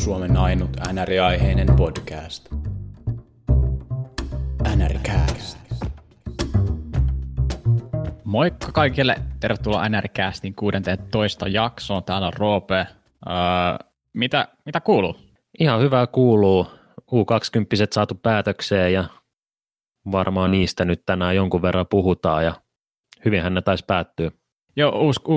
Suomen ainut NR-aiheinen podcast. NRcast. Moikka kaikille, tervetuloa NRcastin 16 jaksoon. Täällä on Roope. Mitä kuuluu? Ihan hyvää kuuluu. U20 saatu päätökseen ja varmaan niistä nyt tänään jonkun verran puhutaan ja hyvinhän ne taisi päättyä. Joo,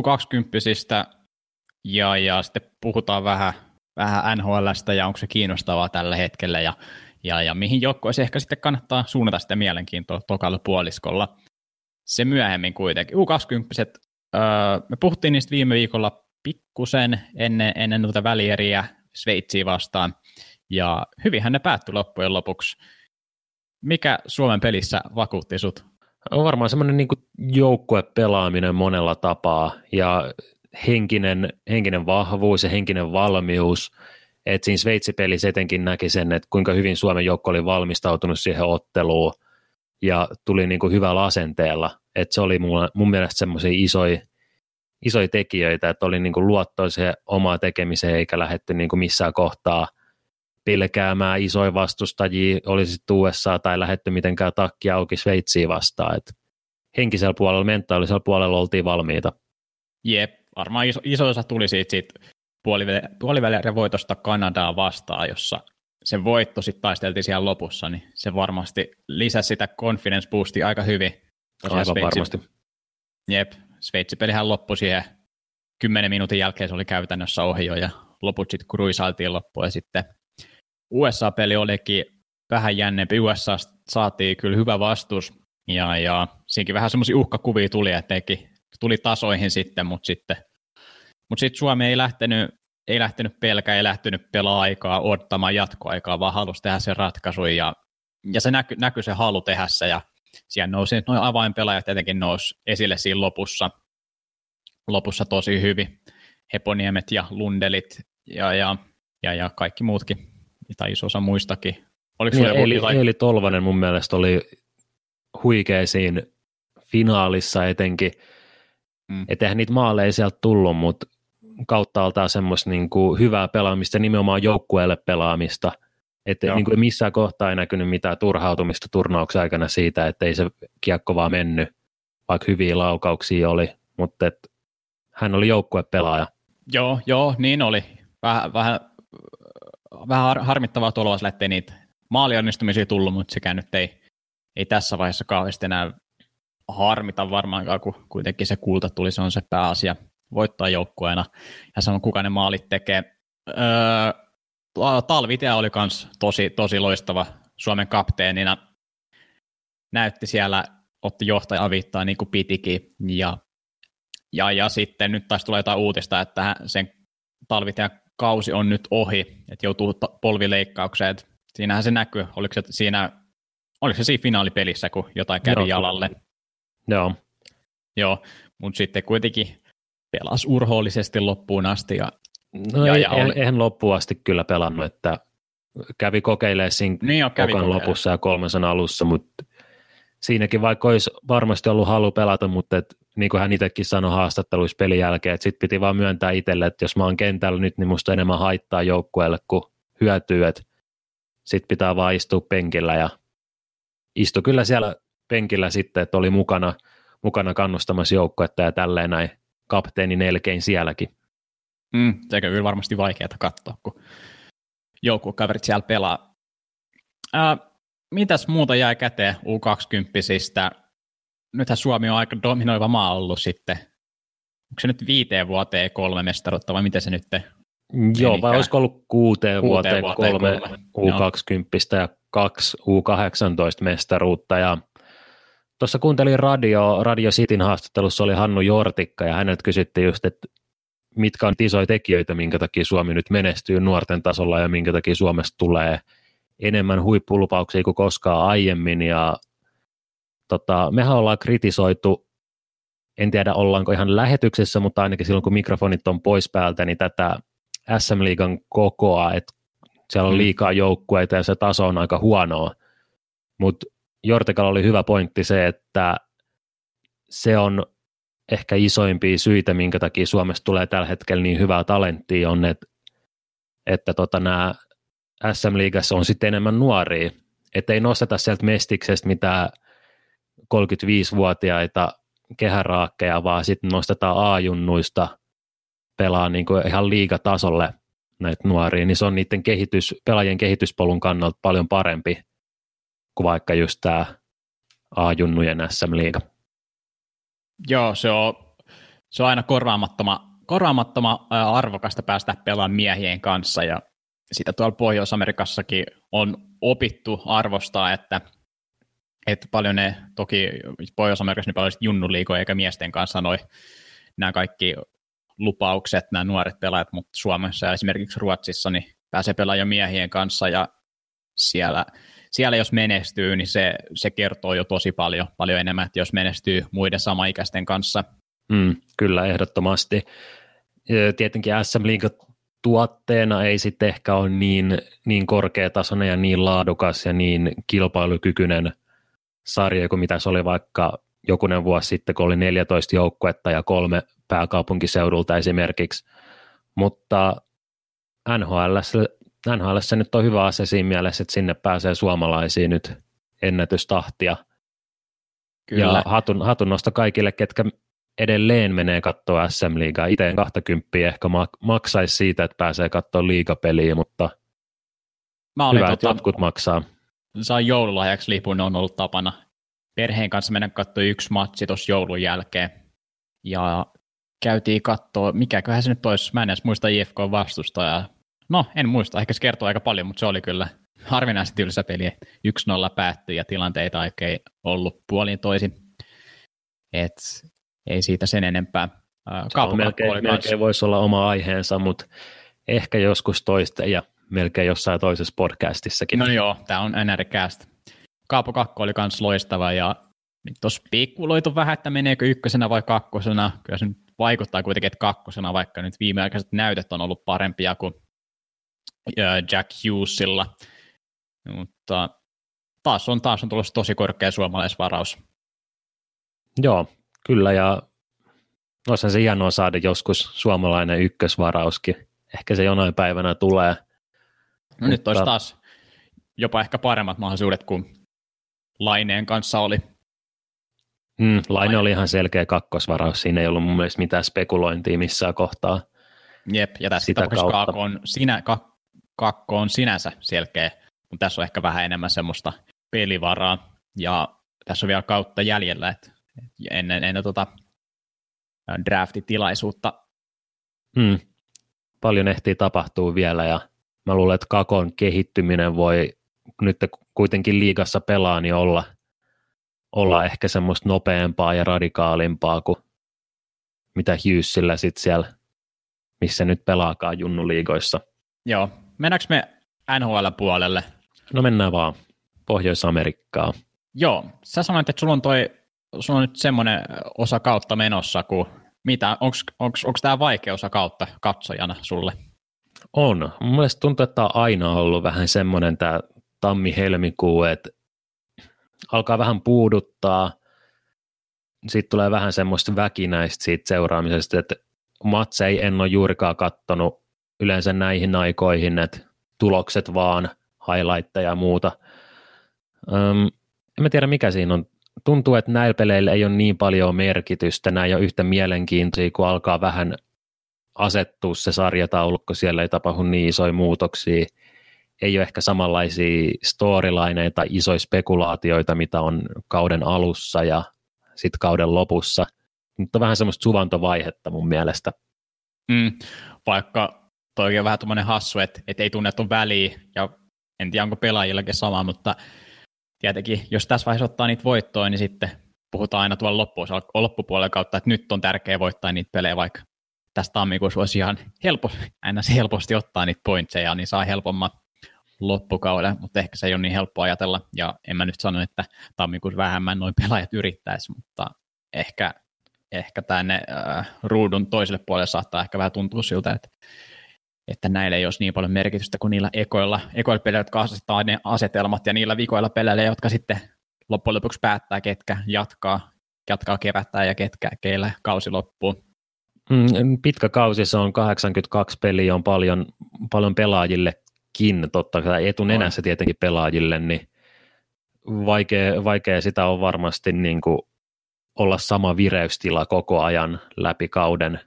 U20 ja sitten puhutaan vähän NHL:stä ja onko se kiinnostavaa tällä hetkellä ja mihin joukkueeseen ehkä sitten kannattaa suunnata sitä mielenkiintoa tokalla puoliskolla. Se myöhemmin kuitenkin. U20, me puhuttiin niistä viime viikolla pikkusen ennen noita välieriä Sveitsiä vastaan, ja hyvinhän ne päättyi loppujen lopuksi. Mikä Suomen pelissä vakuutti sut? On varmaan semmoinen niin kuin joukkuepelaaminen monella tapaa, ja henkinen vahvuus ja henkinen valmius. Et siinä Sveitsi-pelissä etenkin näki sen, että kuinka hyvin Suomen joukko oli valmistautunut siihen otteluun, ja tuli niin kuin hyvällä asenteella. Et se oli mun mielestä semmoisia isoja tekijöitä, että oli niin kuin luottoa siihen omaan tekemiseen, eikä lähdetty niin kuin missään kohtaa pelkäämään isoja vastustajia, olisi sitten USA tai lähdetty mitenkään takki auki Sveitsiä vastaan. Et henkisellä puolella, mentaalisella puolella oltiin valmiita. Jep, varmaan iso osa tuli siitä puolivälierän voitosta Kanadaa vastaan, jossa se voitto sitten taisteltiin siellä lopussa, niin se varmasti lisäsi sitä confidence boostia aika hyvin. Aivan varmasti. Jep, Sveitsi-pelihän loppui siihen 10 minuutin jälkeen, se oli käytännössä ohi jo, ja loput sitten kruisailtiin loppuun, ja sitten USA-peli olikin vähän jännempi. USA saatiin kyllä hyvä vastus, ja siinäkin vähän semmoisia uhkakuvia tuli, että tuli tasoihin sitten, mutta sitten Suomi ei lähtenyt pelkää, ei lähtenyt pelaa aikaa, odottamaan jatkoaikaa, vaan halusi tehdä sen ratkaisun, ja se näkyi se halu tehdä se, ja siellä nousi noin avainpelaajat tietenkin nousi esille siinä lopussa tosi hyvin. Heponiemet ja Lundelit ja kaikki muutkin, tai iso osa muistakin. Eeli Tolvanen mun mielestä oli huikea siinä finaalissa etenkin. Eihän niitä maaleja sieltä tullut, mutta kauttaaltaan semmoista niin kuin hyvää pelaamista, nimenomaan joukkueelle pelaamista. Että niin kuin missään kohtaa ei näkynyt mitään turhautumista turnauksen aikana siitä, että ei se kiekko vaan mennyt, vaikka hyviä laukauksia oli, mutta hän oli joukkuepelaaja. Joo, niin oli. Vähän harmittavaa tuolla olisi, ettei niitä maalionnistumisia tullut, mutta sekään nyt ei tässä vaiheessa kauheasti enää harmita varmaankaan, kun kuitenkin se kulta tuli, se on se pääasia voittaa joukkueena, ja sama kuka ne maalit tekee. Talvitie oli myös tosi loistava Suomen kapteenina, näytti siellä, otti johtajan viittaa niin kuin pitikin, ja sitten nyt taas tulee jotain uutista, että sen Talvitien kausi on nyt ohi, että joutuu polvileikkaukseen. Siinähän se näkyy, oliko se siinä finaalipelissä, kun jotain kävi jalalle. Joo, mutta sitten kuitenkin pelasi urhoollisesti loppuun asti. Eihän loppuun asti kyllä pelannut, että kävi kokeilemaan siinä kokan lopussa ja kolmasen alussa, mutta siinäkin vaikka olisi varmasti ollut halu pelata, mutta niin kuin hän itsekin sanoi haastatteluissa pelin jälkeen, että sitten piti vaan myöntää itselle, että jos mä oon kentällä nyt, niin musta enemmän haittaa joukkueelle kuin hyötyy, että sitten pitää vaan istua penkillä, ja istui kyllä siellä penkillä sitten, että oli mukana kannustamassa joukkuetta ja tälleen näin kapteenin elkein sielläkin. Se on kyllä varmasti vaikeaa katsoa, kun joukkuekaverit siellä pelaa. Mitäs muuta jäi käteen U20-sistä? Nythän Suomi on aika dominoiva maa ollut sitten. Onko se nyt 5 vuoteen 3 mestaruutta vai miten se nyt Joo, vai olisiko ollut 6 vuoteen 3 U20 ja 2 U18 mestaruutta. Ja tuossa kuuntelin Radio Cityn haastattelussa oli Hannu Jortikka, ja häneltä kysyttiin just, että mitkä on isoja tekijöitä, minkä takia Suomi nyt menestyy nuorten tasolla ja minkä takia Suomesta tulee enemmän huippulupauksia kuin koskaan aiemmin. Ja mehän ollaan kritisoitu, en tiedä ollaanko ihan lähetyksessä, mutta ainakin silloin kun mikrofonit on pois päältä, niin tätä SM-liigan kokoa, että siellä on liikaa joukkueita ja se taso on aika huonoa. Mutta Jortikalla oli hyvä pointti se, että se on ehkä isoimpia syitä, minkä takia Suomesta tulee tällä hetkellä niin hyvää talenttia, on, että että nämä SM-liigassa on sitten enemmän nuoria, että ei nosteta sieltä mestiksestä mitään 35-vuotiaita kehäraakkeja, vaan sitten nostetaan A-junnuista pelaa niin kuin ihan liigatasolle näitä nuoria, niin se on niiden pelaajien kehityspolun kannalta paljon parempi kuin vaikka just tämä A-junnujen SM-liiga. Joo, se on aina korvaamattoman arvokasta päästä pelaamaan miehien kanssa, ja sitä tuolla Pohjois-Amerikassakin on opittu arvostaa, että paljon ne, toki Pohjois-Amerikassa ne pelaa junnuliigoja eikä miesten kanssa nämä kaikki lupaukset, nämä nuoret pelaajat, mutta Suomessa ja esimerkiksi Ruotsissa niin pääsee pelaamaan jo miehien kanssa, ja siellä jos menestyy, niin se kertoo jo tosi paljon enemmän, että jos menestyy muiden samaikäisten kanssa. Kyllä, ehdottomasti. Tietenkin SM-liiga tuotteena ei sitten ehkä ole niin korkeatasoinen ja niin laadukas ja niin kilpailukykyinen sarja kuin mitä se oli vaikka jokunen vuosi sitten, kun oli 14 joukkuetta ja 3 pääkaupunkiseudulta esimerkiksi, mutta NHL:ssä nyt on hyvä asia siinä mielessä, että sinne pääsee suomalaisia nyt ennätystahtia. Kyllä. Ja hatun nosto kaikille, ketkä edelleen menee katsoa SM-liigaa. Itse 20 ehkä maksaisi siitä, että pääsee katsoa liigapeliä, mutta hyvä, että jotkut maksaa. Sain joululahjaksi lipun, on ollut tapana perheen kanssa mennä katsoa 1 matsi tuossa joulun jälkeen. Ja käytiin katsoa, mikäköhän se nyt olisi, mä en edes muista IFK-vastustajaa. No, en muista, ehkä se kertoo aika paljon, mutta se oli kyllä harvinaisen tylsä peli. 1-0 päättyi ja tilanteita oikein ollut puolin toisin. Et ei siitä sen enempää. Melkein voisi olla oma aiheensa, mutta ehkä joskus toisten ja melkein jossain toisessa podcastissakin. No joo, tämä on NR-cast. Kaapo 2 oli myös loistava ja tuossa spekuloitu vähän, että meneekö ykkösenä vai kakkosena. Kyllä se nyt vaikuttaa kuitenkin, että kakkosena, vaikka nyt viimeaikaiset näytöt on ollut parempia kuin Jack Hughesilla. Mutta taas on tulossa tosi korkea suomalaisvaraus. Joo, kyllä, ja olisihan se hienoa saada joskus suomalainen ykkösvarauskin. Ehkä se jonain päivänä tulee. No nyt olisi taas jopa ehkä paremmat mahdollisuudet kuin Laineen kanssa oli. Laine oli ihan selkeä kakkosvaraus. Siinä ei ollut mun mielestä mitään spekulointia missään kohtaa. Jep, ja tässä tapauksessa kakko on sinänsä selkeä, mutta tässä on ehkä vähän enemmän semmoista pelivaraa. Ja tässä on vielä kautta jäljellä, että ennen draftitilaisuutta. Paljon ehtii tapahtuu vielä, ja mä luulen, että kakon kehittyminen voi nyt kuitenkin liigassa pelaa, niin olla ehkä semmoista nopeampaa ja radikaalimpaa kuin mitä Hughesillä sitten siellä, missä nyt pelaakaan junnuliigoissa. Joo, mennäänkö me NHL-puolelle? No mennään vaan Pohjois-Amerikkaan. Joo, sä sanoit, että sulla on nyt semmoinen osa kautta menossa, kuin mitä, onko tämä vaikea osa kautta katsojana sulle? On. Mun mielestä tuntuu, että on aina ollut vähän semmoinen tämä tammi-helmikuu, että alkaa vähän puuduttaa, sitten tulee vähän semmoista väkinäistä siitä seuraamisesta, että matseja en ole juurikaan katsonut yleensä näihin aikoihin, että tulokset vaan, highlightteja ja muuta. En mä tiedä mikä siinä on. Tuntuu, että näillä peleillä ei ole niin paljon merkitystä, nämä ei ole yhtä mielenkiintoisia, kun alkaa vähän asettua se sarjataulukko, siellä ei tapahdu niin isoja muutoksia, ei ole ehkä samanlaisia storylineja tai isoja spekulaatioita, mitä on kauden alussa ja sitten kauden lopussa, mutta on vähän semmoista suvantovaihetta mun mielestä. Vaikka toi on vähän tuommoinen hassu, että ei tunne, että on väliä, ja en tiedä onko pelaajillakin sama, mutta tietenkin, jos tässä vaiheessa ottaa niitä voittoja, niin sitten puhutaan aina tuolla loppupuolella kautta, että nyt on tärkeää voittaa niitä pelejä, vaikka tässä tammikuussa voisi ihan helposti ottaa niitä pointseja, niin saa helpomman loppukauden, mutta ehkä se ei ole niin helppo ajatella, ja en mä nyt sano, että tammikuussa vähemmän noin pelaajat yrittäisi, mutta ehkä tänne ruudun toiselle puolelle saattaa ehkä vähän tuntua siltä, että näillä ei olisi niin paljon merkitystä kuin niillä ekoilla peleillä, jotka asetetaan ne asetelmat, ja niillä vikoilla peleillä, jotka sitten loppujen lopuksi päättää, ketkä jatkaa kevättä ja keillä kausi loppuu. Pitkä kausi, se on 82 peliä, on paljon pelaajillekin, totta kai etunenässä tietenkin pelaajille, niin vaikea sitä on varmasti niin kuin olla sama vireystila koko ajan läpi kauden.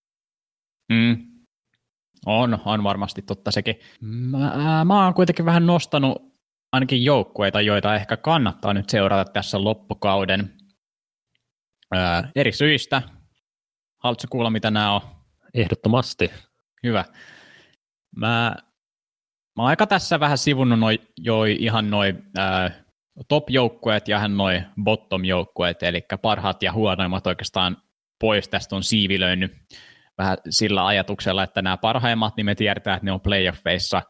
On varmasti totta sekin. Mä oon kuitenkin vähän nostanut ainakin joukkueita, joita ehkä kannattaa nyt seurata tässä loppukauden eri syistä. Haluatko kuulla, mitä nämä on? Ehdottomasti. Hyvä. Mä oon aika tässä vähän sivunnut ihan noi top-joukkueet ja noi bottom-joukkueet, eli parhaat ja huonoimmat oikeastaan pois tästä on siivilöinyt vähän sillä ajatuksella, että nämä parhaimmat, niin me tiedetään, että ne on playoffeissa.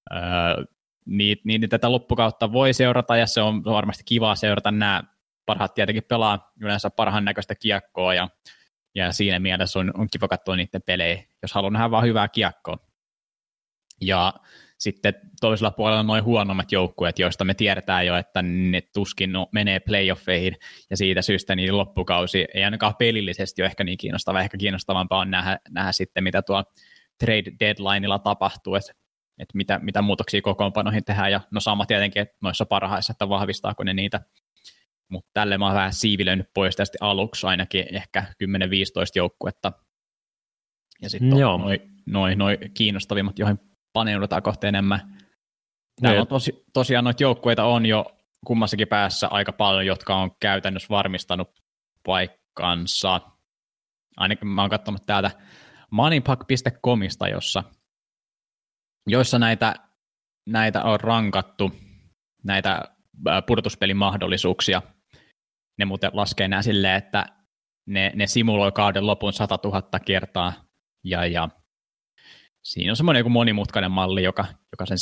Niin tätä loppukautta voi seurata, ja se on varmasti kivaa seurata. Nämä parhaat tietenkin pelaa yleensä parhaan näköistä kiekkoa, ja siinä mielessä on kiva katsoa niiden pelejä, jos haluaa nähdä vaan hyvää kiekkoa. Ja sitten toisella puolella noin huonommat joukkueet, joista me tiedetään jo, että ne tuskin menee playoffeihin, ja siitä syystä niin loppukausi ei ainakaan pelillisesti ole ehkä niin kiinnostava. Ehkä kiinnostavampaa on nähdä sitten, mitä tuo trade deadlineilla tapahtuu, että mitä muutoksia kokoonpanoihin tehdään, ja no sama tietenkin, että noissa parhaissa, että vahvistaako ne niitä. Mutta tälle mä oon vähän siivilöinyt pois tästä aluksi ainakin ehkä 10-15 joukkuetta. Ja sitten noi kiinnostavimmat, joihin paneudutaan kohta enemmän. Täällä on tosiaan noita joukkueita on jo kummassakin päässä aika paljon, jotka on käytännössä varmistanut paikkansa. Ainakin mä oon katsonut täältä moneypuck.comista, joissa näitä on rankattu, näitä pudotuspelin mahdollisuuksia. Ne muuten laskee nää silleen, että ne simuloi kauden lopun 100 000 kertaa, ja siinä on semmoinen joku monimutkainen malli, joka sen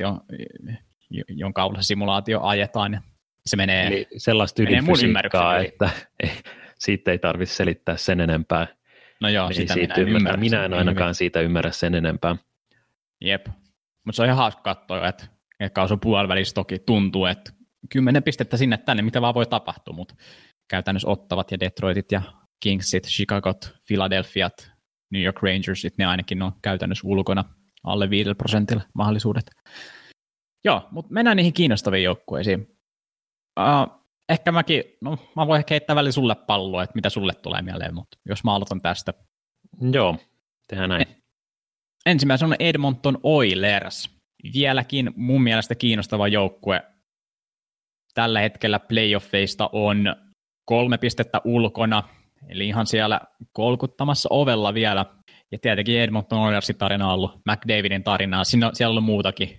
jonka avulla se simulaatio ajetaan. Se menee, eli sellaista ydinfysiikkaa, että siitä ei tarvitse selittää sen enempää. No joo, sitä minä en ainakaan siitä ymmärrä sen enempää. Jep, mutta se on ihan hauska katsoa, että kausun puolivälissä toki tuntuu, että 10 pistettä sinne tänne, mitä vaan voi tapahtua, mutta käytännössä Ottavat ja Detroitit ja Kingsit, Chicagot, Philadelphiat, New York Rangersit, ne ainakin on käytännössä ulkona alle 5% mahdollisuudet. Joo, mutta mennään niihin kiinnostaviin joukkueisiin. Ehkä mä voin ehkä heittää välillä sulle palloa, että mitä sulle tulee mieleen, mutta jos mä aloitan tästä. Joo, tehdään näin. Ensimmäisenä on Edmonton Oilers. Vieläkin mun mielestä kiinnostava joukkue. Tällä hetkellä playoffeista on 3 pistettä ulkona, eli ihan siellä kolkuttamassa ovella vielä. Ja tietenkin Edmonton Oilersin tarina on ollut McDavidin tarinaa. Siellä on ollut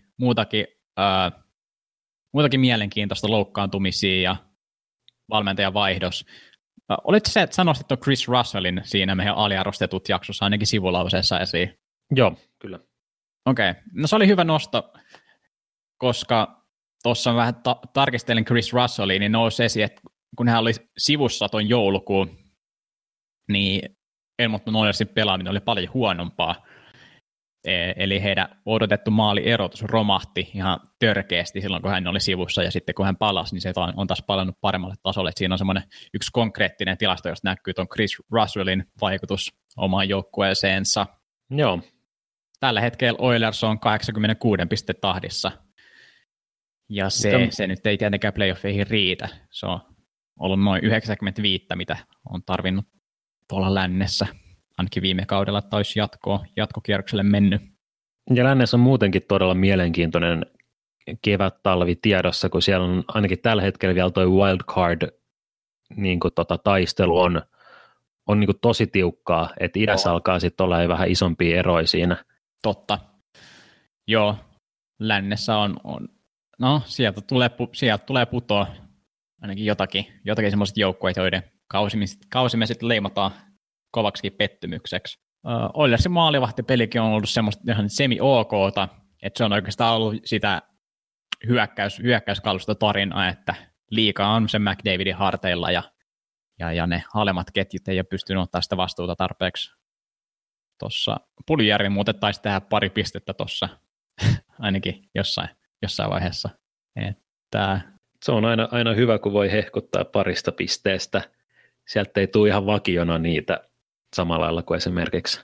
muutakin mielenkiintoista loukkaantumisia ja valmentajan vaihdos. Olitko se, että sanoisit tuon Chris Russellin siinä meidän aliarvostetut jaksossa ainakin sivulauseessa esiin? Joo, kyllä. Okei. No se oli hyvä nosto, koska tuossa vähän tarkistelin Chris Russellia, niin nousi esiin, että kun hän oli sivussa tuon joulukuun, niin Edmonton Oilersin pelaaminen oli paljon huonompaa. Eli heidän odotettu maalierotus romahti ihan törkeästi silloin, kun hän oli sivussa, ja sitten kun hän palasi, niin se on taas palannut paremmalle tasolle. Siinä on semmoinen yksi konkreettinen tilasto, josta näkyy tuon Chris Russellin vaikutus omaan joukkueeseensa. Joo. Tällä hetkellä Oilers on 86 pistetahdissa, ja se nyt ei tietenkään playoffeihin riitä. Se on ollut noin 95, mitä on tarvinnut tuolla lännessä. Ainakin viime kaudella taisi jatkokierrokselle mennyt. Ja lännessä on muutenkin todella mielenkiintoinen kevät-talvi tiedossa, kun siellä on ainakin tällä hetkellä vielä toi wildcard niin taistelu on niin kuin tosi tiukkaa, että idässä alkaa sitten olla vähän isompia eroja siinä. Totta. Joo, lännessä on no sieltä tulee putoa ainakin jotakin semmoiset joukkueet, joiden kausimme sitten leimataan kovaksikin pettymykseksi. Oilersin maalivahtipelikin on ollut semmoista ihan semi-okta, että se on oikeastaan ollut sitä hyökkäyskalusta tarinaa, että liikaa on se McDavidin harteilla ja ne alemmat ketjut ei ole pystynyt ottaa sitä vastuuta tarpeeksi. Tuossa Puljujärvi muuten taisi tehdä 2 pistettä tuossa ainakin jossain vaiheessa. Että se on aina hyvä, kun voi hehkuttaa 2 pisteestä. Sieltä ei tule ihan vakiona niitä samalla lailla kuin esimerkiksi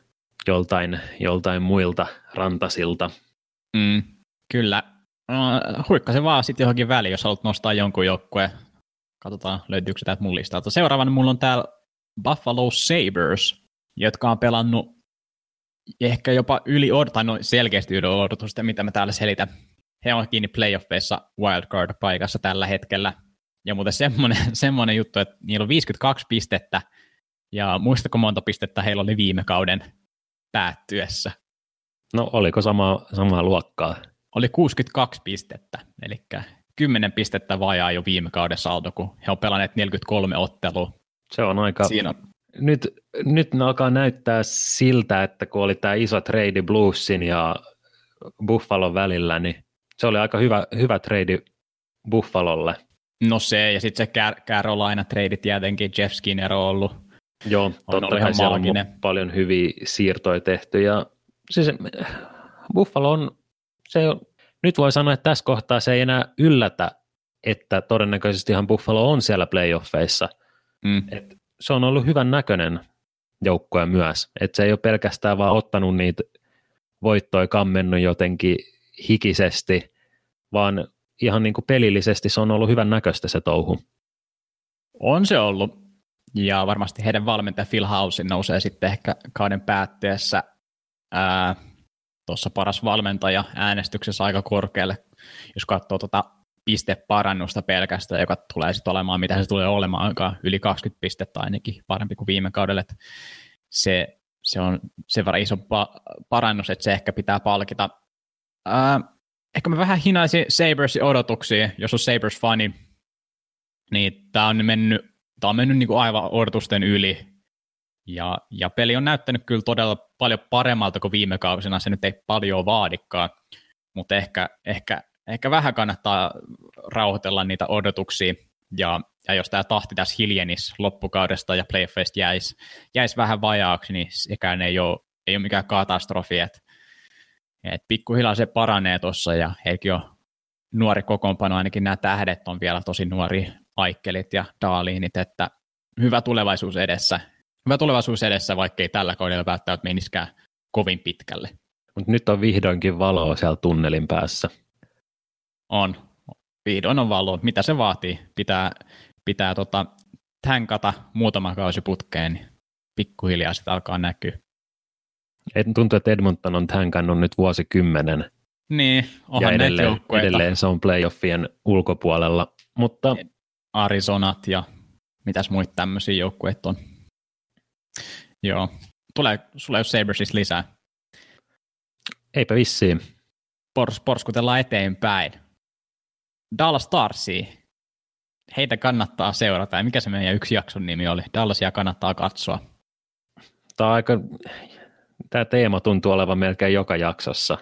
joltain muilta rantasilta. Kyllä. Huikka se vaan sitten johonkin väliin, jos haluat nostaa jonkun joukkueen. Katsotaan, löytyykö se täältä mun listalta. Seuraavana mulla on täällä Buffalo Sabres, jotka on pelannut ehkä jopa selkeästi yli odotusta, mitä mä täällä selitän. He on kiinni playoffeissa wildcard-paikassa tällä hetkellä. Ja muuten semmoinen juttu, että niillä on 52 pistettä, ja muistatko monta pistettä heillä oli viime kauden päättyessä? No oliko samaa luokkaa? Oli 62 pistettä, eli 10 pistettä vajaa jo viime kaudessa alto, kun he on pelanneet 43 ottelua. Se on aika... Siinä on... Nyt ne alkaa näyttää siltä, että kun oli tämä iso trade Bluesin ja Buffalon välillä, niin se oli aika hyvä trade Buffalolle. No se, ja sitten se Carolina-trade tietenkin, Jeff Skinner on ollut. Joo, totta kai siellä on paljon hyviä siirtoja tehty, ja siis Buffalo on, nyt voi sanoa, että tässä kohtaa se ei enää yllätä, että todennäköisesti ihan Buffalo on siellä playoffeissa. Et se on ollut hyvän näköinen joukkue myös, että se ei ole pelkästään vaan ottanut niitä voittoja kammennut jotenkin hikisesti, vaan ihan niin kuin pelillisesti se on ollut hyvän näköistä se touhu. On se ollut, ja varmasti heidän valmentaja Phil Housen nousee sitten ehkä kauden päätteessä tuossa paras valmentaja äänestyksessä aika korkealle, jos katsoo pisteparannusta pelkästään, joka tulee sitten olemaan, mitä se tulee olemaankaan, yli 20 pistettä ainakin, parempi kuin viime kaudella. Se on sen verran iso parannus, että se ehkä pitää palkita. Ehkä mä vähän hinaisin Sabresin odotuksia, jos on Sabres-fani, niin tämä on mennyt niin kuin aivan odotusten yli, ja peli on näyttänyt kyllä todella paljon paremmalta kuin viime kausina, se nyt ei paljon vaadikaan, mutta ehkä vähän kannattaa rauhoitella niitä odotuksia, ja jos tämä tahti tässä hiljenisi loppukaudesta ja playoffeista jäisi vähän vajaaksi, niin sekään ei ole mikään katastrofi, että pikkuhiljaa se paranee tuossa, ja heilläkin on nuori kokoonpano, ainakin nämä tähdet on vielä tosi nuori, Aikkelit ja Dahlinit, että hyvä tulevaisuus edessä, vaikkei tällä kaudella välttämättä menisikään kovin pitkälle. Mutta nyt on vihdoinkin valoa siellä tunnelin päässä. Vihdoin on valoa. Mitä se vaatii? Pitää tänkata muutama kausi putkeen, niin pikkuhiljaa sitä alkaa näkyä. Tuntuu, että Edmonton on tänkannut nyt vuosikymmenen. Niin, onhan ja näitä joukkueita. Edelleen se on playoffien ulkopuolella, mutta... Arizonat ja mitäs muita tämmöisiä joukkueita on. Joo. Sulla ei ole Sabresista lisää? Eipä vissiin. Porskutellaan eteenpäin. Dallas Starsia. Heitä kannattaa seurata. Ja mikä se meidän yksi jakson nimi oli? Dallasia kannattaa katsoa. Tämä teema tuntuu olevan melkein joka jaksossa.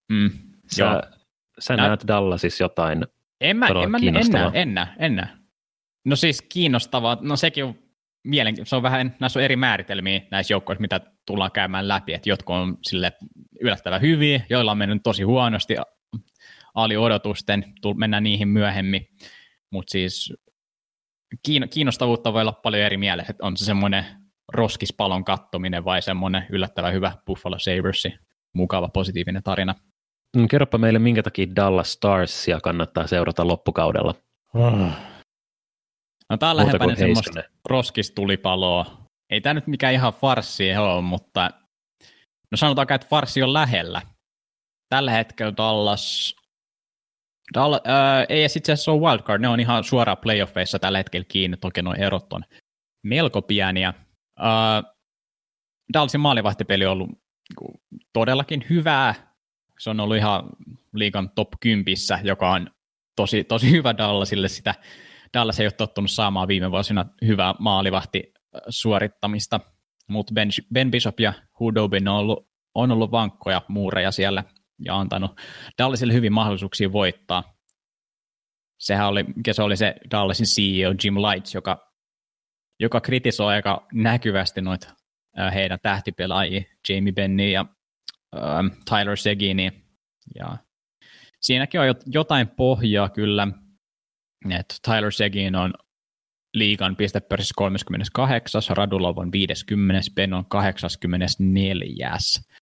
Sä näet Dallasissa jotain todella kiinnostavaa. En näe. No siis kiinnostavaa. No sekin on mielenkiintoista. Se on vähän, näissä on eri määritelmiä näissä joukkoissa, mitä tullaan käymään läpi. Että jotkut on sille yllättävän hyviä, joilla on mennyt tosi huonosti aliodotusten. Mennään niihin myöhemmin. Mutta siis kiinnostavuutta voi olla paljon eri mielessä. On se semmoinen roskispalon kattominen vai semmoinen yllättävän hyvä Buffalo Sabresin mukava positiivinen tarina. Kerropa meille, minkä takia Dallas Starsia kannattaa seurata loppukaudella. No tää on lähempänä semmoista roskistulipaloa. Ei tää nyt mikään ihan farssi ole, mutta no sanotaanko, että farssi on lähellä. Tällä hetkellä Dallas ei itse asiassa ole wildcard, ne on ihan suoraan playoffeissa tällä hetkellä kiinni, toki nuo erot on melko pieniä. Dallasin maalivahtipeli on ollut todellakin hyvää. Se on ollut ihan liigan top 10, joka on tosi hyvä Dallasille. Sitä Dallas ei ole tottunut saamaan viime vuosina hyvää maalivahti suorittamista, mutta Ben Bishop ja Hudobin on ollut vankkoja muureja siellä ja antanut Dallasille hyvin mahdollisuuksia voittaa. Se oli se Dallasin CEO Jim Lights, joka kritisoi aika näkyvästi noita heidän tähtipelaajia, Jamie Bennia ja Tyler Seguinia. Ja siinäkin on jotain pohjaa kyllä, että Tyler Seguin on liigan pistepörssissä 38, Radulov on 50, Ben on 84.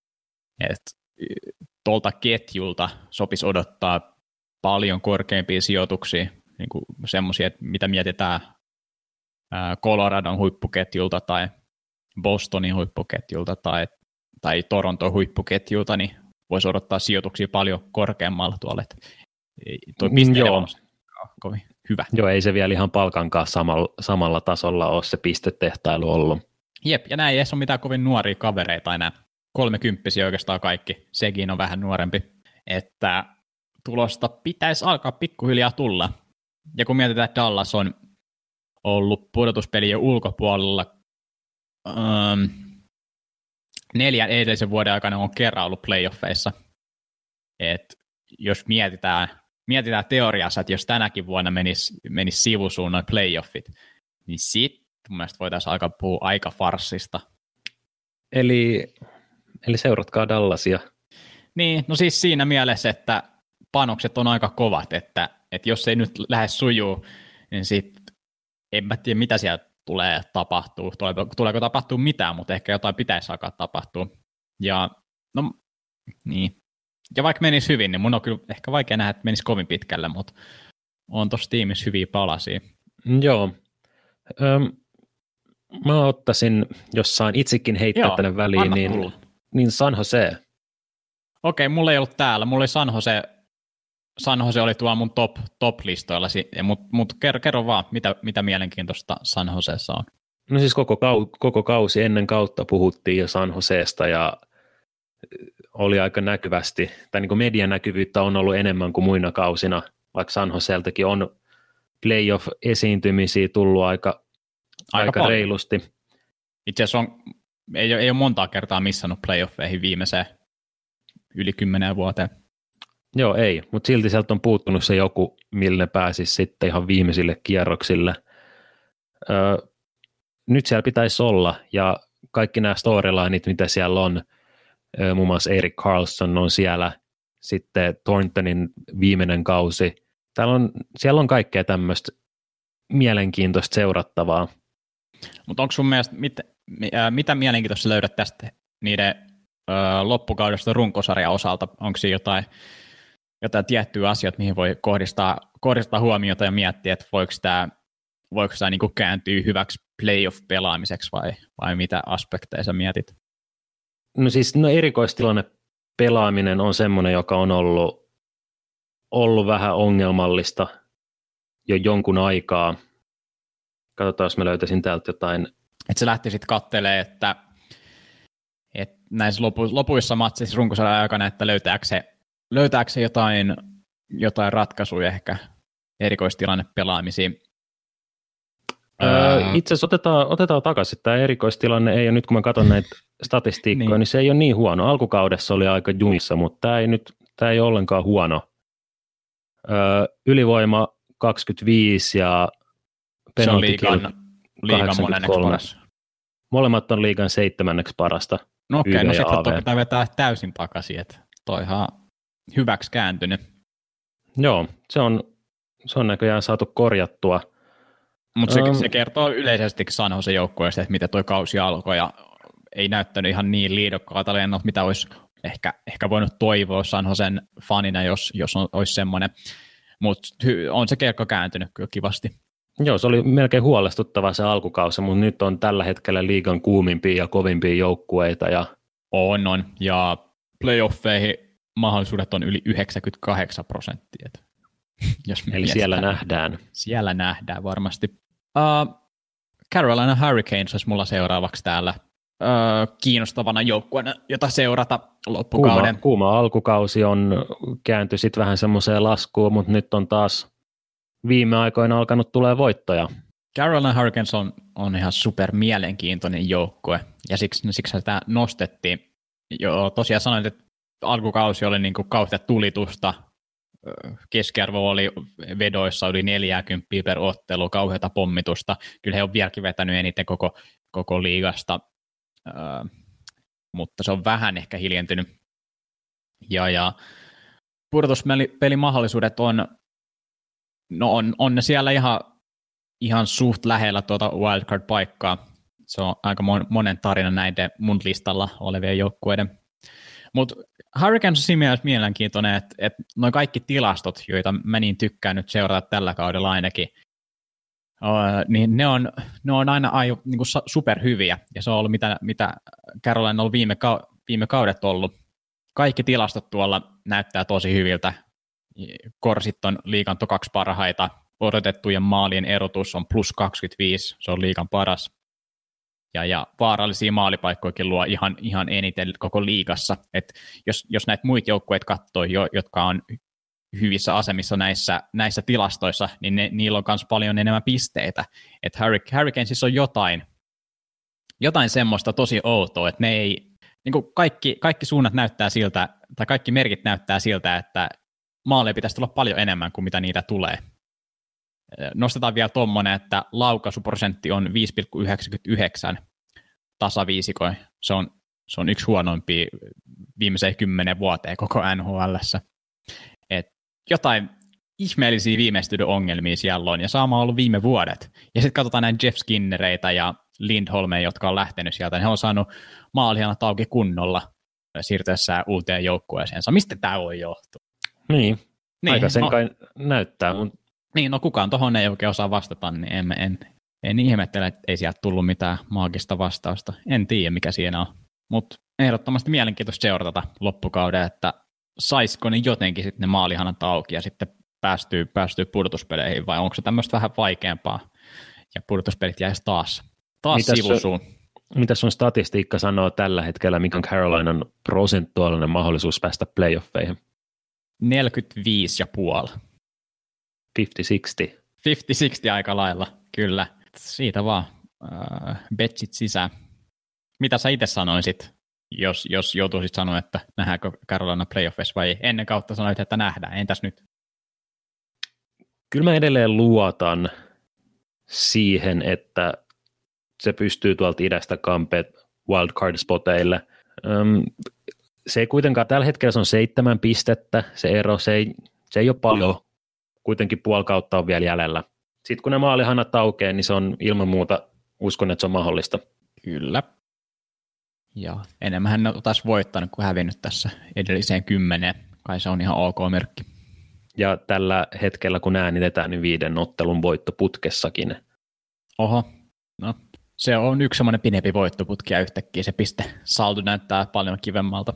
Tuolta ketjulta sopisi odottaa paljon korkeampia sijoituksia, niin kuin semmoisia, mitä mietitään Coloradon huippuketjulta tai Bostonin huippuketjulta tai Toronton huippuketjulta, niin voisi odottaa sijoituksia paljon korkeammalla tuolla. Tuo pisteellä on kovin hyvä. Joo, ei se vielä ihan palkan kanssa samalla tasolla ole se pistetehtailu ollut. Jep, ja näin ei edes ole mitään kovin nuoria kavereita enää. 30 oikeastaan kaikki. Sekin on vähän nuorempi. Että tulosta pitäisi alkaa pikkuhiljaa tulla. Ja kun mietitään, että Dallas on ollut pudotuspelien ulkopuolella 4 edellisen vuoden aikana on kerran ollut playoffeissa. Et jos mietitään teoriassa, että jos tänäkin vuonna menisi sivusuun noin playoffit, niin sitten mun mielestä voitaisiin alkaa puhua aika farssista. Eli seuratkaa Dallasia. Niin, no siis siinä mielessä, että panokset on aika kovat, että jos ei nyt lähde sujuu, niin sitten en mä tiedä, mitä siellä tulee tapahtuu. Tuleeko tapahtua mitään, mutta ehkä jotain pitäisi alkaa tapahtua. Ja no, niin. Ja vaikka menisi hyvin, niin mun on kyllä ehkä vaikea nähdä, että menisi kovin pitkälle, mutta on tuossa tiimissä hyviä palasia. Joo. Mä ottaisin, jos saan itsekin heittää tänne väliin, niin San Jose. Okei, mulla ei ollut täällä. Mulla oli San Jose oli tuolla mun top-listoilla, mutta kerro vaan, mitä mielenkiintoista San Joseessa on. No siis koko kausi ennen kautta puhuttiin jo San Joseesta ja oli aika näkyvästi, tai niin kuin median näkyvyyttä on ollut enemmän kuin muina kausina, vaikka San Joseltakin on playoff-esiintymisiä tullut aika reilusti. Itse asiassa ei ole montaa kertaa missannut playoffeihin viimeiseen yli 10 vuoteen. Joo, ei, mutta silti sieltä on puuttunut se joku, millä ne pääsisi sitten ihan viimeisille kierroksille. Nyt siellä pitäisi olla, ja kaikki nämä storylineit, mitä siellä on, muun muassa Erik Karlsson on siellä, sitten Thorntonin viimeinen kausi. Siellä on kaikkea tämmöistä mielenkiintoista seurattavaa. Mutta onko sun mielestä, mitä mielenkiintoista löydät tästä niiden loppukaudesta runkosarjan osalta? Onko siinä jotain tiettyjä asioita, mihin voi kohdistaa huomiota ja miettiä, että voiko tämä niinku kääntyä hyväksi playoff-pelaamiseksi vai mitä aspekteja sä mietit? No siis erikoistilanne pelaaminen on semmoinen, joka on ollut vähän ongelmallista jo jonkun aikaa. Katsotaan, jos mä löytäisin täältä jotain. Että se lähti sitten katselemaan, että näissä lopuissa matseissa runkosarjan aikana, että löytääkö se jotain ratkaisuja ehkä erikoistilanne pelaamisiin. Itse asiassa otetaan takaisin. Tämä erikoistilanne ei ole, nyt kun mä katson näitä statistiikkoja, niin se ei ole niin huono. Alkukaudessa oli aika junissa, mutta tämä ei ole ollenkaan huono. Ylivoima 25 ja penalty kill 83. Molemmat on liigan 7. parasta. No okei, no sitten pitää vetää täysin takaisin, että toi ihan hyväksi kääntynyt. Joo, se on näköjään saatu korjattua. Mutta se kertoo yleisesti San Jose joukkueesta, että miten toi kausi alkoi, ja ei näyttänyt ihan niin liidokkaalta lennot, mitä olisi ehkä voinut toivoa San Josen fanina, jos olisi semmoinen. Mutta on se kelkka kääntynyt kyllä kivasti. Joo, se oli melkein huolestuttava se alkukausi, mutta nyt on tällä hetkellä liigan kuumimpia ja kovimpia joukkueita. On. Ja playoffeihin mahdollisuudet on yli 98%. Eli siellä nähdään. Siellä nähdään varmasti. Carolina Hurricanes olisi mulla seuraavaksi täällä kiinnostavana joukkueena, jota seurata loppukauden. Kuuma alkukausi on käänty sitten vähän semmoiseen laskuun, mutta nyt on taas viime aikoina alkanut tulee voittoja. Carolina Hurricanes on ihan super mielenkiintoinen joukkue, ja siksi tämä nostettiin. Jo, tosiaan sanoin, että alkukausi oli niin kuin kautta tulitusta. Keskiarvo oli vedoissa yli 40 per ottelu, kauheata pommitusta. Kyllä he on vieläkin vetänyt eniten koko liigasta, mutta se on vähän ehkä hiljentynyt. Ja pudotuspelimahdollisuudet on ne siellä ihan ihan suht lähellä tuota wildcard-paikkaa. Se on aika monen tarina näiden mun listalla olevien joukkueiden. Mutta Hurricanes on siinä mielessä mielenkiintoinen, että nuo kaikki tilastot, joita mä niin tykkään nyt seurata tällä kaudella ainakin, niin ne on aina niin kuin superhyviä, ja se on ollut mitä Carolina on ollut viime kaudet ollut. Kaikki tilastot tuolla näyttää tosi hyviltä. Korsit on liigan 2 parhaita, odotettujen maalien erotus on +25, se on liigan paras. Ja vaarallisia maalipaikkojakin luo ihan eniten koko liigassa. Et jos näitä muita joukkueita katsoo, jotka on hyvissä asemissa näissä tilastoissa, niin niillä on myös paljon enemmän pisteitä. Et Hurricanesissa on jotain semmoista tosi outoa, että ne ei, niin kuin kaikki suunnat näyttää siltä, tai kaikki merkit näyttää siltä, että maaleja pitäisi tulla paljon enemmän kuin mitä niitä tulee. Nostetaan vielä tuommoinen, että laukaisuprosentti on 5,99 tasaviisikoin. Se on yksi huonoimpia viimeiseen 10 vuoteen koko NHL:ssä. Et jotain ihmeellisiä viimeistelyongelmia ongelmia siellä on, ja sama on ollut viime vuodet. Ja sitten katsotaan näin Jeff Skinnereitä ja Lindholmeja, jotka on lähtenyt sieltä. He on saanut maalihanat auki kunnolla siirtyessään uuteen joukkueeseensa. Mistä tämä voi johtua? Niin aika sen kai näyttää. Niin, no kukaan tuohon ei oikein osaa vastata, niin en ihmettele, että ei sieltä tullut mitään maagista vastausta. En tiedä, mikä siinä on. Mutta ehdottomasti mielenkiintoista seurata loppukauden, että saisiko ne jotenkin sitten ne maalihanat auki ja sitten päästyy pudotuspeleihin, vai onko se tämmöistä vähän vaikeampaa ja pudotuspelit jäisi taas sivusuun. Mitä sun statistiikka sanoo tällä hetkellä, mikä on Carolinan prosentuaalinen mahdollisuus päästä playoffeihin? 45,5. 50-60. 50-60 aika lailla, kyllä. Siitä vaan betsit sisään. Mitä sä itse sanoisit, jos joutuisit sanoa, että nähdäänkö Carolina playoffeissa vai ei? Ennen kautta sanoit, että nähdään. Entäs nyt? Kyllä mä edelleen luotan siihen, että se pystyy tuolta idästä kampeet wildcard-spoteille. Se ei kuitenkaan, tällä hetkellä se on 7 pistettä, se ero, se ei ole paljon, kuitenkin puoli kautta on vielä jäljellä. Sitten kun ne maalihanat aukeaa, niin se on ilman muuta, uskon, että se on mahdollista. Kyllä. Ja enemmän ne taas voittanut kuin hävinnyt tässä edelliseen 10. Kai se on ihan ok merkki. Ja tällä hetkellä, kun äänitetään, niin 5 ottelun voitto putkessakin. Oho, no se on yksi semmoinen pidempi voittoputki ja yhtäkkiä se saldo näyttää paljon kivemmalta.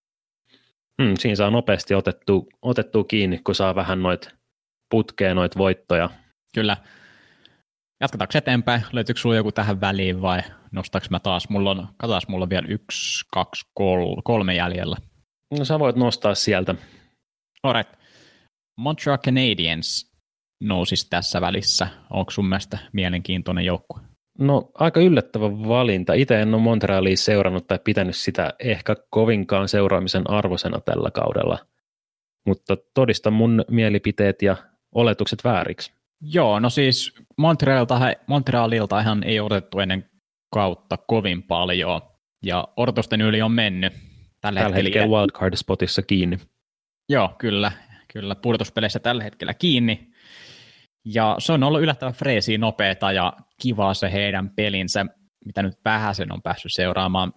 Siinä saa nopeasti otettua kiinni, kun saa vähän noita voittoja. Kyllä. Jatketaanko eteenpäin? Löytyykö sinulla joku tähän väliin vai nostaanko mä taas? Mulla on vielä 1, 2, 3 jäljellä. No sä voit nostaa sieltä. Alright. Montreal Canadiens nousisi tässä välissä. Onko sun mielestä mielenkiintoinen joukkue? No aika yllättävä valinta. Itse en ole Montrealia seurannut tai pitänyt sitä ehkä kovinkaan seuraamisen arvoisena tällä kaudella. Mutta todista mun mielipiteet ja oletukset vääriksi. Joo, no siis Montrealiltahan ei odotettu ennen kautta kovin paljon, ja odotusten yli on mennyt. Tällä hetkellä wildcard-spotissa kiinni. Joo, kyllä pudotuspeleissä tällä hetkellä kiinni, ja se on ollut yllättävän freesiä, nopeata ja kivaa se heidän pelinsä, mitä nyt vähäsen on päässyt seuraamaan.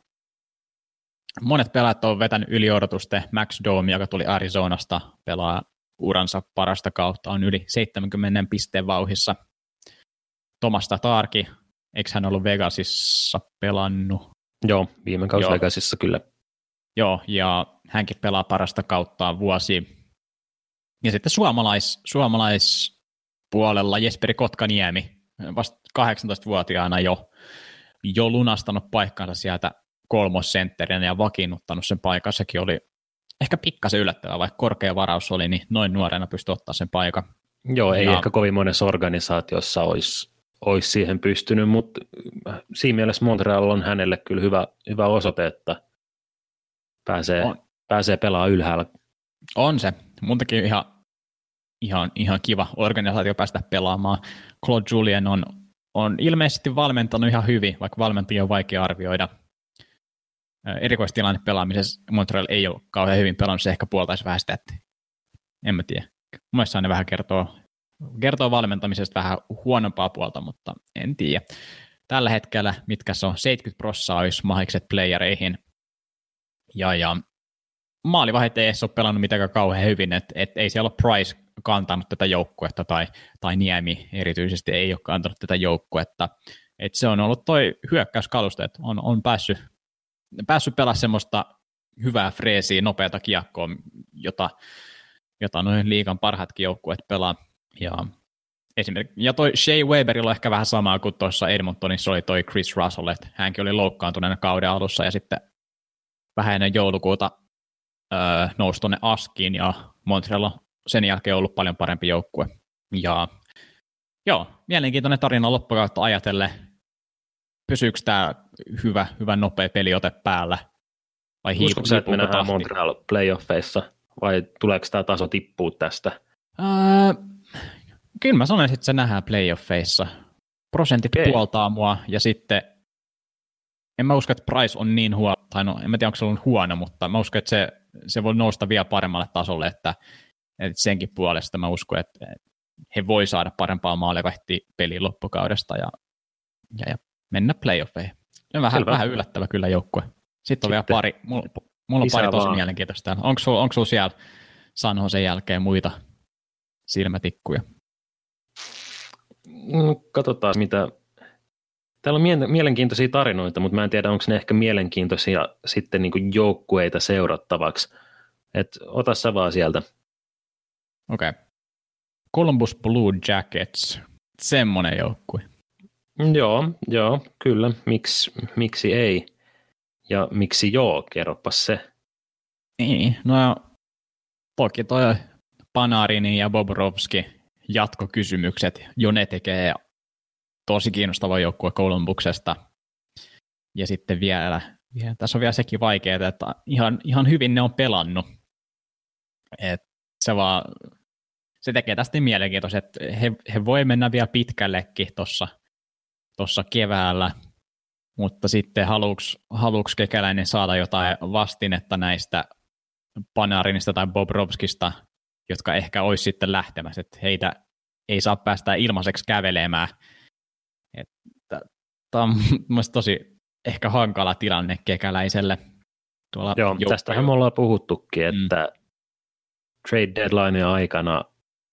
Monet pelaajat on vetänyt yli odotusten. Max Domi, joka tuli Arizonasta, pelaa uransa parasta kautta, on yli 70 pisteen vauhissa. Thomas Tatarki, eikö hän ollut Vegasissa pelannut? Joo, viime kausi Vegasissa kyllä. Joo, ja hänkin pelaa parasta kauttaan vuosi. Ja sitten suomalaispuolella Jesperi Kotkaniemi, vasta 18-vuotiaana jo lunastanut paikkansa sieltä kolmosentterinä ja vakiinnuttanut sen paikan. Sekin oli ehkä pikkasen yllättävää, vaikka korkea varaus oli, niin noin nuorena pystyi ottaa sen paikan. Joo, ei ehkä kovin monessa organisaatiossa olisi siihen pystynyt, mutta siinä mielessä Montreal on hänelle kyllä hyvä osoite, että pääsee pelaamaan ylhäällä. On se. Muntakin ihan kiva organisaatio päästä pelaamaan. Claude Julien on ilmeisesti valmentanut ihan hyvin, vaikka valmentajia on vaikea arvioida. Erikoistilanne pelaamisessa Montreal ei ole kauhean hyvin pelannut, se ehkä puoltaisi vähän sitä, että en mä tiedä. Mielestäni ne vähän kertoo kertoo valmentamisesta vähän huonompaa puolta, mutta en tiedä. Tällä hetkellä, mitkä se on, 70% olisi mahikset playereihin, ja maalivahit ei edes ole pelannut mitenkään kauhean hyvin, että ei siellä ole Price kantanut tätä joukkuetta, tai Niemi erityisesti ei ole kantanut tätä joukkuetta, että se on ollut toi hyökkäyskalusta, että on päässyt pelaamaan semmoista hyvää freesiä, nopeata kiekkoa, jota noin liigan parhaatkin joukkueet pelaa. Ja toi Shea Weberilla on ehkä vähän samaa kuin tuossa Edmontonissa oli toi Chris Russell, että hänkin oli loukkaantuneena kauden alussa ja sitten vähän ennen joulukuuta nousi tuonne Askiin ja Montreal on sen jälkeen ollut paljon parempi joukkue. Ja joo, mielenkiintoinen tarina loppukautta ajatellen. Pysyykö tämä hyvä nopea peliote päällä? Vai uskotko, että me nähdään Montreal playoffeissa vai tuleeko tämä taso tippua tästä? Kyllä mä sanoisin, että se nähdään playoffeissa. Prosentit puoltaa mua, ja sitten en mä usko, että Price on niin huono, tai no en mä tiedä, onko se ollut huono, mutta mä uskon, että se voi nousta vielä paremmalle tasolle, että senkin puolesta mä uskon, että he voi saada parempaa maalivahtia peliin loppukaudesta ja mennä playoffeihin. Se on vähän yllättävä kyllä joukkue. Sitten on vielä pari, mulla on pari tosi mielenkiintoista täällä. Onko sulla siellä San Josen jälkeen muita silmätikkuja? Katsotaan mitä. Täällä on mielenkiintoisia tarinoita, mutta mä en tiedä, onko ne ehkä mielenkiintoisia sitten niin kuin joukkueita seurattavaksi. Et ota sä vaan sieltä. Okei. Columbus Blue Jackets. Semmoinen joukkue. Joo, kyllä. Miksi ei? Ja miksi joo? Kerropas se. Niin, no toki toi Panarini ja Bobrovski jatkokysymykset, jo ne tekee tosi kiinnostava joukkue Columbuksesta. Ja sitten vielä tässä on vielä sekin vaikeaa, että ihan hyvin ne on pelannut. Et se tekee tästä niin mielenkiintoista, että he voi mennä vielä pitkällekin tuossa keväällä, mutta sitten haluuks Kekäläinen saada jotain vastinetta näistä Panarinista tai Bobrovskista, jotka ehkä olisi sitten lähtemässä, että heitä ei saa päästä ilmaiseksi kävelemään. Tämä on mielestäni tosi ehkä hankala tilanne Kekäläiselle. Joo, tästähän me ollaan puhuttukin, että trade deadline aikana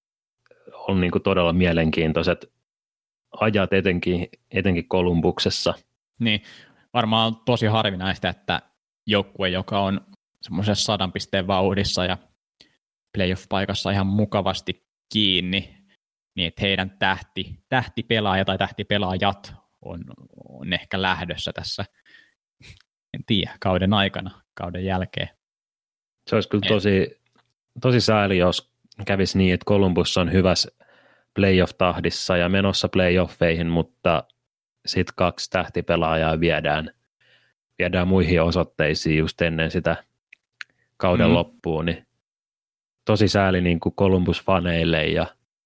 on niin kuin todella mielenkiintoiset ajat etenkin Columbuksessa. Niin, varmaan on tosi harvinaista, että joukkue, joka on semmoisessa 100 pisteen vauhdissa ja playoff-paikassa ihan mukavasti kiinni, niin että heidän tähtipelaaja tai tähtipelaajat on ehkä lähdössä tässä, en tiedä, kauden aikana, kauden jälkeen. Se olisi kyllä tosi sääli, jos kävisi niin, että Columbus on hyvässä playoff-tahdissa ja menossa playoffeihin, mutta sitten 2 tähtipelaajaa viedään muihin osoitteisiin just ennen sitä kauden loppuun, niin tosi sääli niin kuin Columbus-faneille ja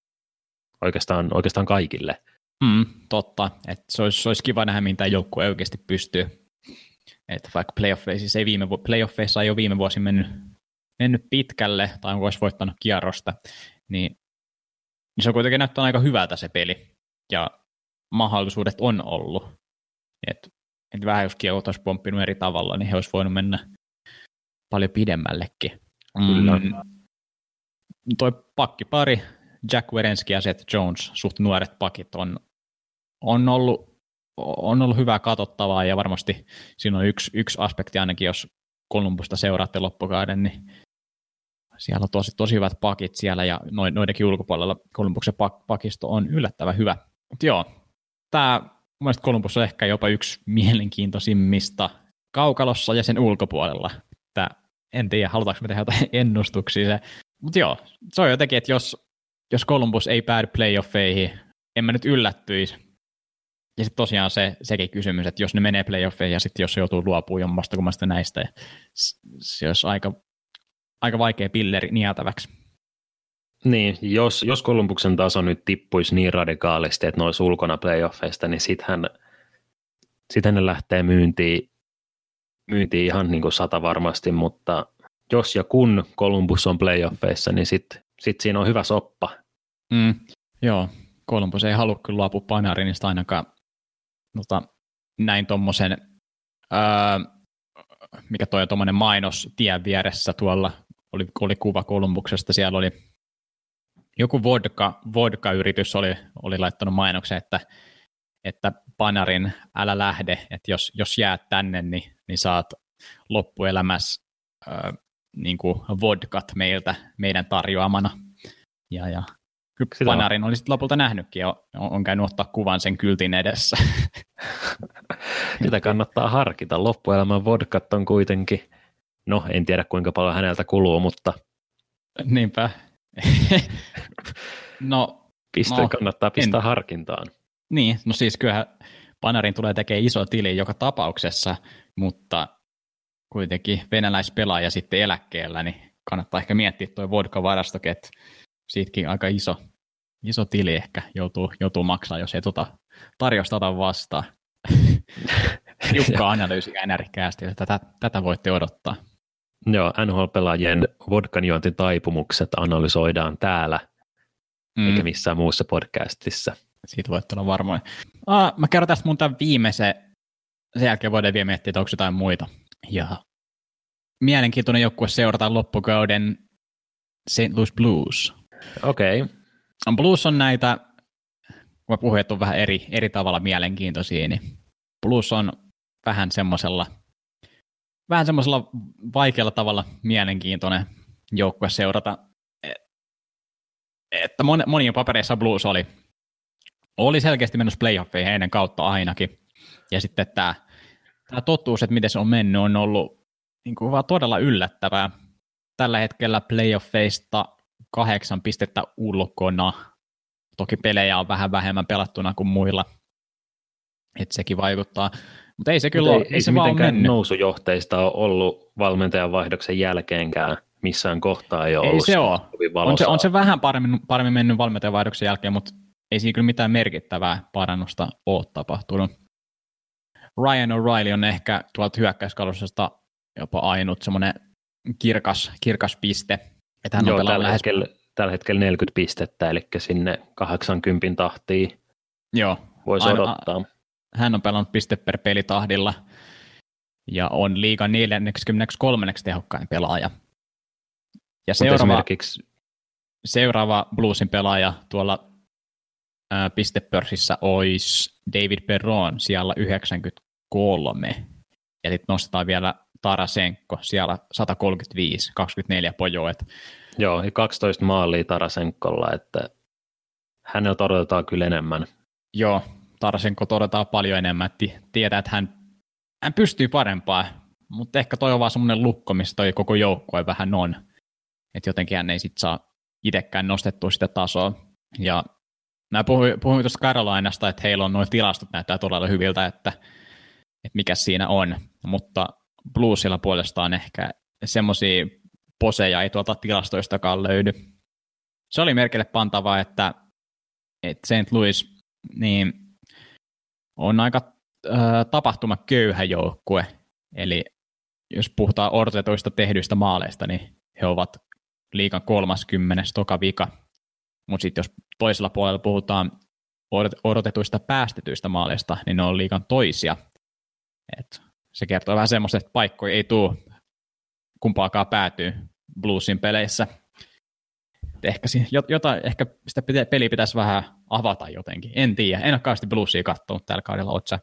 oikeastaan kaikille. Totta, että se olisi kiva nähdä, mihin tämä joukkue oikeasti pystyy. Että vaikka playoffeissa ei ole viime vuosi mennyt pitkälle, tai onko olisi voittanut kierrosta, niin se on kuitenkin näyttänyt aika hyvältä se peli, ja mahdollisuudet on ollut. Että vähän jos kiekot olisi pomppinut eri tavalla, niin he olisi voinut mennä paljon pidemmällekin. Kyllä. Toi pakkipari, Jack Werenski ja Seth Jones, suht nuoret pakit, on ollut hyvää katsottavaa, ja varmasti siinä on yksi aspekti ainakin, jos Columbusta seuraatte loppukauden, niin siellä on tosi hyvät pakit siellä, ja noidenkin ulkopuolella Columbuksen pakisto on yllättävän hyvä. Mutta joo, tämä mielestäni Columbus on ehkä jopa yksi mielenkiintoisimmista kaukalossa ja sen ulkopuolella. En tiedä, halutaanko me tehdä jotain ennustuksia. Mutta joo, se on jotenkin, että jos Columbus ei päädy playoffeihin, en mä nyt yllättyisi. Ja sitten tosiaan sekin kysymys, että jos ne menee playoffeihin ja sitten jos se joutuu luopumaan jommasta kummasta näistä, se olisi aika vaikea pilleri nieltäväksi. Niin, jos Columbuksen taso nyt tippuisi niin radikaalisti, että ne olisi ulkona playoffeista, niin sittenhän ne lähtee myyntiin ihan niin kuin 100 varmasti, mutta jos ja kun Columbus on playoffeissa, niin sit siinä on hyvä soppa. Joo, Columbus ei halua kyllä luopua Panarinista ainakaan näin tommosen, mikä toi on tommonen mainos tien vieressä tuolla, oli kuva Columbuksesta, siellä oli joku vodka-yritys oli laittanut mainoksen, että Panarin älä lähde, että jos jäät tänne, niin saat loppuelämässä niin kuin vodkat meidän tarjoamana. Ja Panarin oli sitten lopulta nähnytkin ja on käynyt ottaa kuvan sen kyltin edessä. Sitä kannattaa harkita. Loppuelämän vodkat on kuitenkin, no en tiedä kuinka paljon häneltä kuluu, mutta niinpä. Kannattaa pistää harkintaan. Niin, no siis kyllähän Panarin tulee tekemään iso tili joka tapauksessa, mutta kuitenkin venäläispelaaja sitten eläkkeellä, niin kannattaa ehkä miettiä tuo vodka-varastokin, että siitäkin aika iso tili ehkä joutuu maksaa, jos ei tarjosta ota vastaan. Jukka analyysi NR-käästi, tätä voitte odottaa. Joo, NHL-pelaajien vodkanjuontitaipumukset analysoidaan täällä, eikä missään muussa podcastissa. Siitä voit olla varmoin. Mä kerron tästä mun tämän viimeisen, sen jälkeen voidaan vielä miettiä, että onko jotain muita. Ja mielenkiintoinen joukkue seurataan loppukauden St. Louis Blues. Okei. Okay. Blues on näitä, kun mä puhuin, että on vähän eri tavalla mielenkiintoisia, niin Blues on vähän semmoisella vaikealla tavalla mielenkiintoinen joukkue seurata. Että monien papereissa Blues oli selkeästi mennyt playoffeihin ennen kautta ainakin. Ja sitten tämä totuus, että miten se on mennyt, on ollut niin kuin vaan todella yllättävää. Tällä hetkellä playoffeista 8 pistettä ulkona. Toki pelejä on vähän vähemmän pelattuna kuin muilla. Että sekin vaikuttaa. Mutta ei se kyllä ole, ei se vaan mennyt. Nousujohteista ole ollut valmentajan vaihdoksen jälkeenkään missään kohtaa ei ole ei ollut. Se ole. On se vähän paremmin mennyt valmentajan vaihdoksen jälkeen, mutta ei siinä kyllä mitään merkittävää parannusta ole tapahtunut. Ryan O'Reilly on ehkä tuolta hyökkäyskalustosta jopa ainut semmoinen kirkas piste. Että hän on pelannut tällä hetkellä 40 pistettä, eli sinne 80 tahtiin voisi odottaa. Hän on pelannut piste per pelitahdilla ja on liigan 43. tehokkain pelaaja. Ja seuraava Bluesin pelaaja tuolla pistepörssissä olisi David Perron siellä 93. Ja sitten nostetaan vielä Tarasenko siellä 135, 24 pojoa. Joo, 12 maalia Tarasenkolla, että häneltä odotetaan kyllä enemmän. Joo, Tarasenko todetaan paljon enemmän, että tietää, että hän pystyy parempaan, mutta ehkä toi on vaan semmoinen lukko, missä toi koko joukkue vähän on. Että jotenkin hän ei sit saa itsekään nostettua sitä tasoa. Ja mä puhuin tuosta Carolinasta, että heillä on nuo tilastot näyttää todella hyviltä, että mikä siinä on. Mutta Bluesilla puolestaan ehkä semmoisia poseja ei tuolta tilastoistakaan löydy. Se oli merkille pantavaa, että St. Louis niin on aika tapahtumaköyhä joukkue. Eli jos puhutaan odotetuista tehdyistä maaleista, niin he ovat liigan 30. toka vika. Mutta sitten jos toisella puolella puhutaan odotetuista päästetyistä maaleista, niin ne on liigan toisia. Et se kertoo vähän semmoista, että paikkoja ei tule kumpaakaan päätyy Bluesin peleissä. Ehkä sitä peliä pitäisi vähän avata jotenkin. En tiedä. En ole kauheasti Bluesia katsonut tällä kaudella. Oot sä?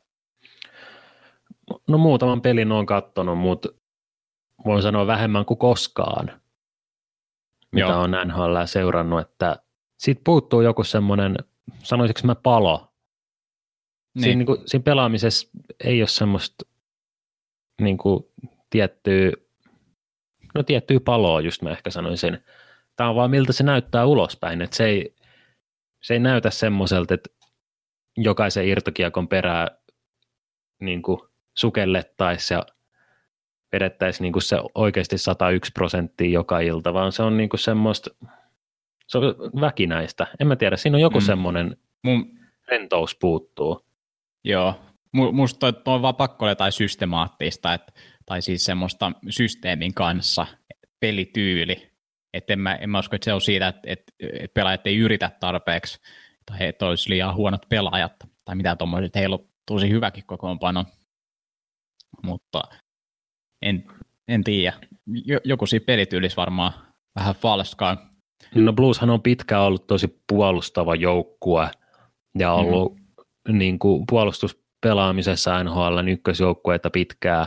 No muutaman pelin olen katsonut, mutta voin sanoa vähemmän kuin koskaan, mitä on NHL seurannut, että siitä puuttuu joku semmoinen, sanoisinko mä palo. Niin. Siinä pelaamisessa ei ole semmoista niin kuin tiettyä paloa, just mä ehkä sanoisin. Tämä on vaan miltä se näyttää ulospäin, että se ei näytä semmoiselta, että jokaisen irtokiekon perää niin kuin sukellettaisiin ja vedettäisiin niin kuin se oikeasti 101% joka ilta, vaan se on niin kuin semmoista, se on väkinäistä. En mä tiedä, siinä on joku semmoinen rentous puuttuu. Joo, musta toi on vaan pakko olla jotain systemaattista, tai siis semmoista systeemin kanssa, pelityyli. Että en mä usko, että se on siitä, että pelaajat ei yritä tarpeeksi tai he olisi liian huonot pelaajat, tai mitä tuommoiset, heillä on tosi hyväkin kokoonpano, mutta en tiedä. Joku siinä pelityylissä varmaan vähän falskaa. No Blueshan on pitkään ollut tosi puolustava joukkue ja ollut niin kuin puolustuspelaamisessa NHL:n ykkösjoukkueita pitkään.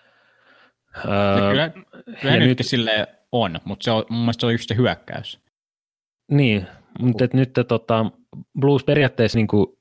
Kyllä nytkin silleen on, mutta mun mielestä se on just se hyökkäys. Niin, mutta nyt Blues periaatteessa niin kuin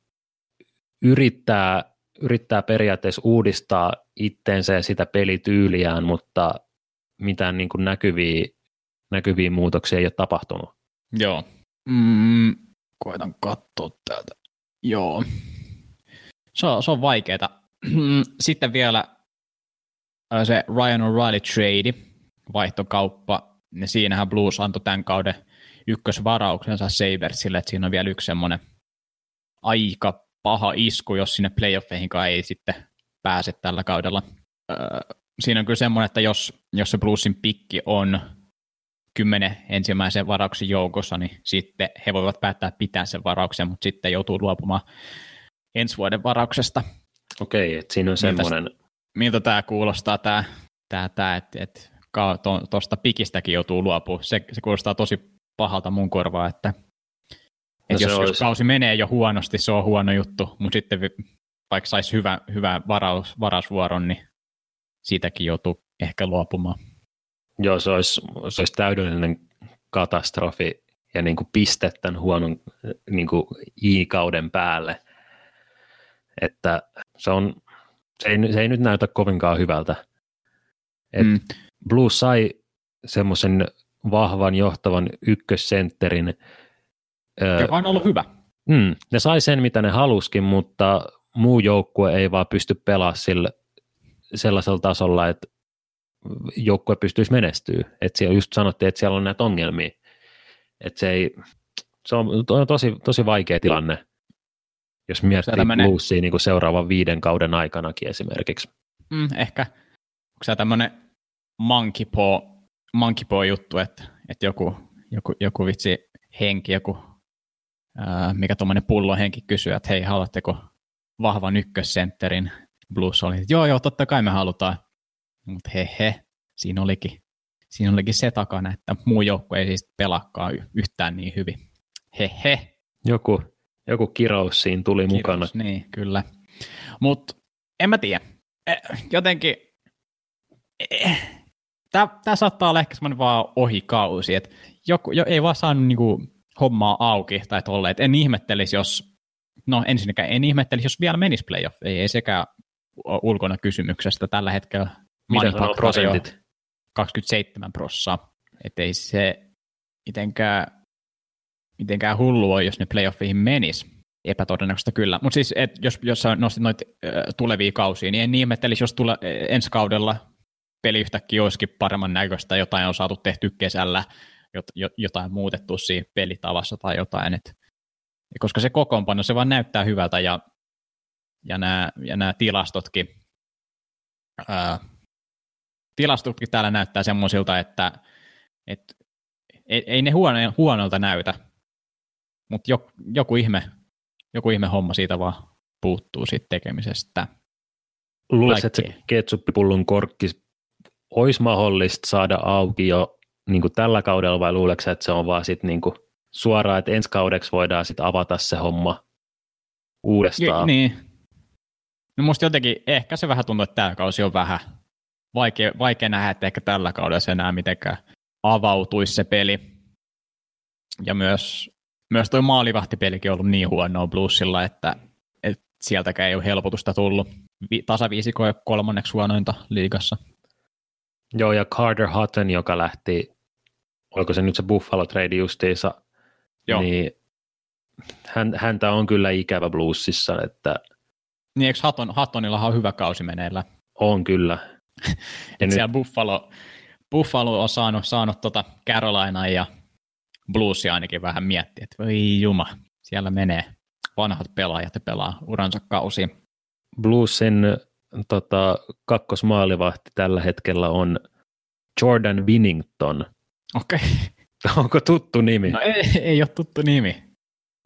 yrittää periaatteessa uudistaa itteensä ja sitä pelityyliään, mutta mitään niin kuin näkyviä muutoksia ei ole tapahtunut. Joo. Koitan katsoa täältä. Joo. Se on vaikeaa. Sitten vielä se Ryan O'Reilly trade, vaihtokauppa. Ja siinähän Blues antoi tämän kauden ykkösvarauksensa Sabersille, että siinä on vielä yksi semmoinen aika paha isku, jos sinne playoffeihinkaan ei sitten pääse tällä kaudella. Siinä on kyllä semmoinen, että jos se Bluesin pikki on 10 ensimmäisen varauksen joukossa, niin sitten he voivat päättää pitää sen varauksen, mutta sitten joutuu luopumaan ensi vuoden varauksesta. Okei, että siinä on semmoinen. Miltä tämä kuulostaa, että tuosta pikistäkin joutuu luopumaan. Se kuulostaa tosi pahalta mun korvaa, että jos kausi menee jo huonosti, se on huono juttu, mutta sitten vaikka saisi hyvän varausvuoron, niin siitäkin joutuu ehkä luopumaan. Joo, se olisi täydellinen katastrofi ja niin kuin piste tämän huonon niin kuin I-kauden päälle. Että se ei nyt näytä kovinkaan hyvältä. Blues sai semmoisen vahvan johtavan ykkössentterin. Joka on ollut hyvä. Ne sai sen, mitä ne haluskin, mutta muu joukkue ei vaan pysty pelaamaan sellaisella tasolla, että joukkue pystyisi menestyä. Että siellä just sanottiin, että siellä on näitä ongelmia. Että se on tosi vaikea tilanne, jos miettii Bluesia niin kuin seuraavan 5 kauden aikanakin esimerkiksi. Ehkä. Onko se tämmöinen monkey paw juttu, että joku vitsi henki, mikä tuommoinen pullohenki kysyy, että hei, haluatteko vahvan ykkössentterin? Blues oli, että joo, totta kai me halutaan. Mutta siinä olikin se takana, että muu joukko ei siis pelaakaan yhtään niin hyvin. Joku kirous siinä tuli mukana. Niin, kyllä. Mutta en mä tiedä. Jotenkin tämä saattaa olla ehkä semmoinen vaan ohikausi, että joku ei vaan saanut niinku hommaa auki tai tolleen. En ihmettelisi, jos vielä menisi playoff. Ei sekään ulkona kysymyksestä tällä hetkellä. Mitä sanoo prosentit? 27%. Että ei se mitenkään hullu ole, jos ne playoffihin menisi. Epätodennäköistä kyllä. Mutta siis, jos sä nostit noita tulevia kausia, niin en ihmettelisi, jos ensi kaudella peli yhtäkkiä olisikin paremman näköistä, jotain on saatu tehty kesällä, jotain muutettu siinä pelitavassa tai jotain. Koska se kokoonpano, se vaan näyttää hyvältä ja nämä tilastotkin täällä näyttää semmoisilta, että ei ne huonolta näytä, mutta joku ihme homma siitä vaan puuttuu siitä tekemisestä. Luulisin, että se ketsuppipullon korkki olisi mahdollista saada auki jo niin kuin tällä kaudella, vai luuleeko, että se on vaan sit niin kuin suoraan, että ensi kaudeksi voidaan sitten avata se homma uudestaan? Niin. No musta jotenkin ehkä se vähän tuntuu, että tämä kausi on vähän vaikea nähdä, että ehkä tällä kaudella se enää mitenkään avautuisi se peli. Ja myös tuo maalivahtipelikin on ollut niin huonoa Bluesilla, että sieltäkään ei ole helpotusta tullut. Tasaviisikko ja 3. huonointa liigassa. Joo, ja Carter Hutton, joka lähti, oliko se nyt se Buffalo-trade justiinsa, niin häntä on kyllä ikävä Bluesissa. Että niin, eikö Huttonilla on hyvä kausi meneillä? On kyllä. Nyt siellä Buffalo on saanut Carolinaa ja Bluesia ainakin vähän miettiä, että voi juma, siellä menee vanhat pelaajat ja pelaa uransa kausi. Bluesin kakkosmaalivahti tällä hetkellä on Jordan Binnington. Okei. Onko tuttu nimi? No ei ole tuttu nimi.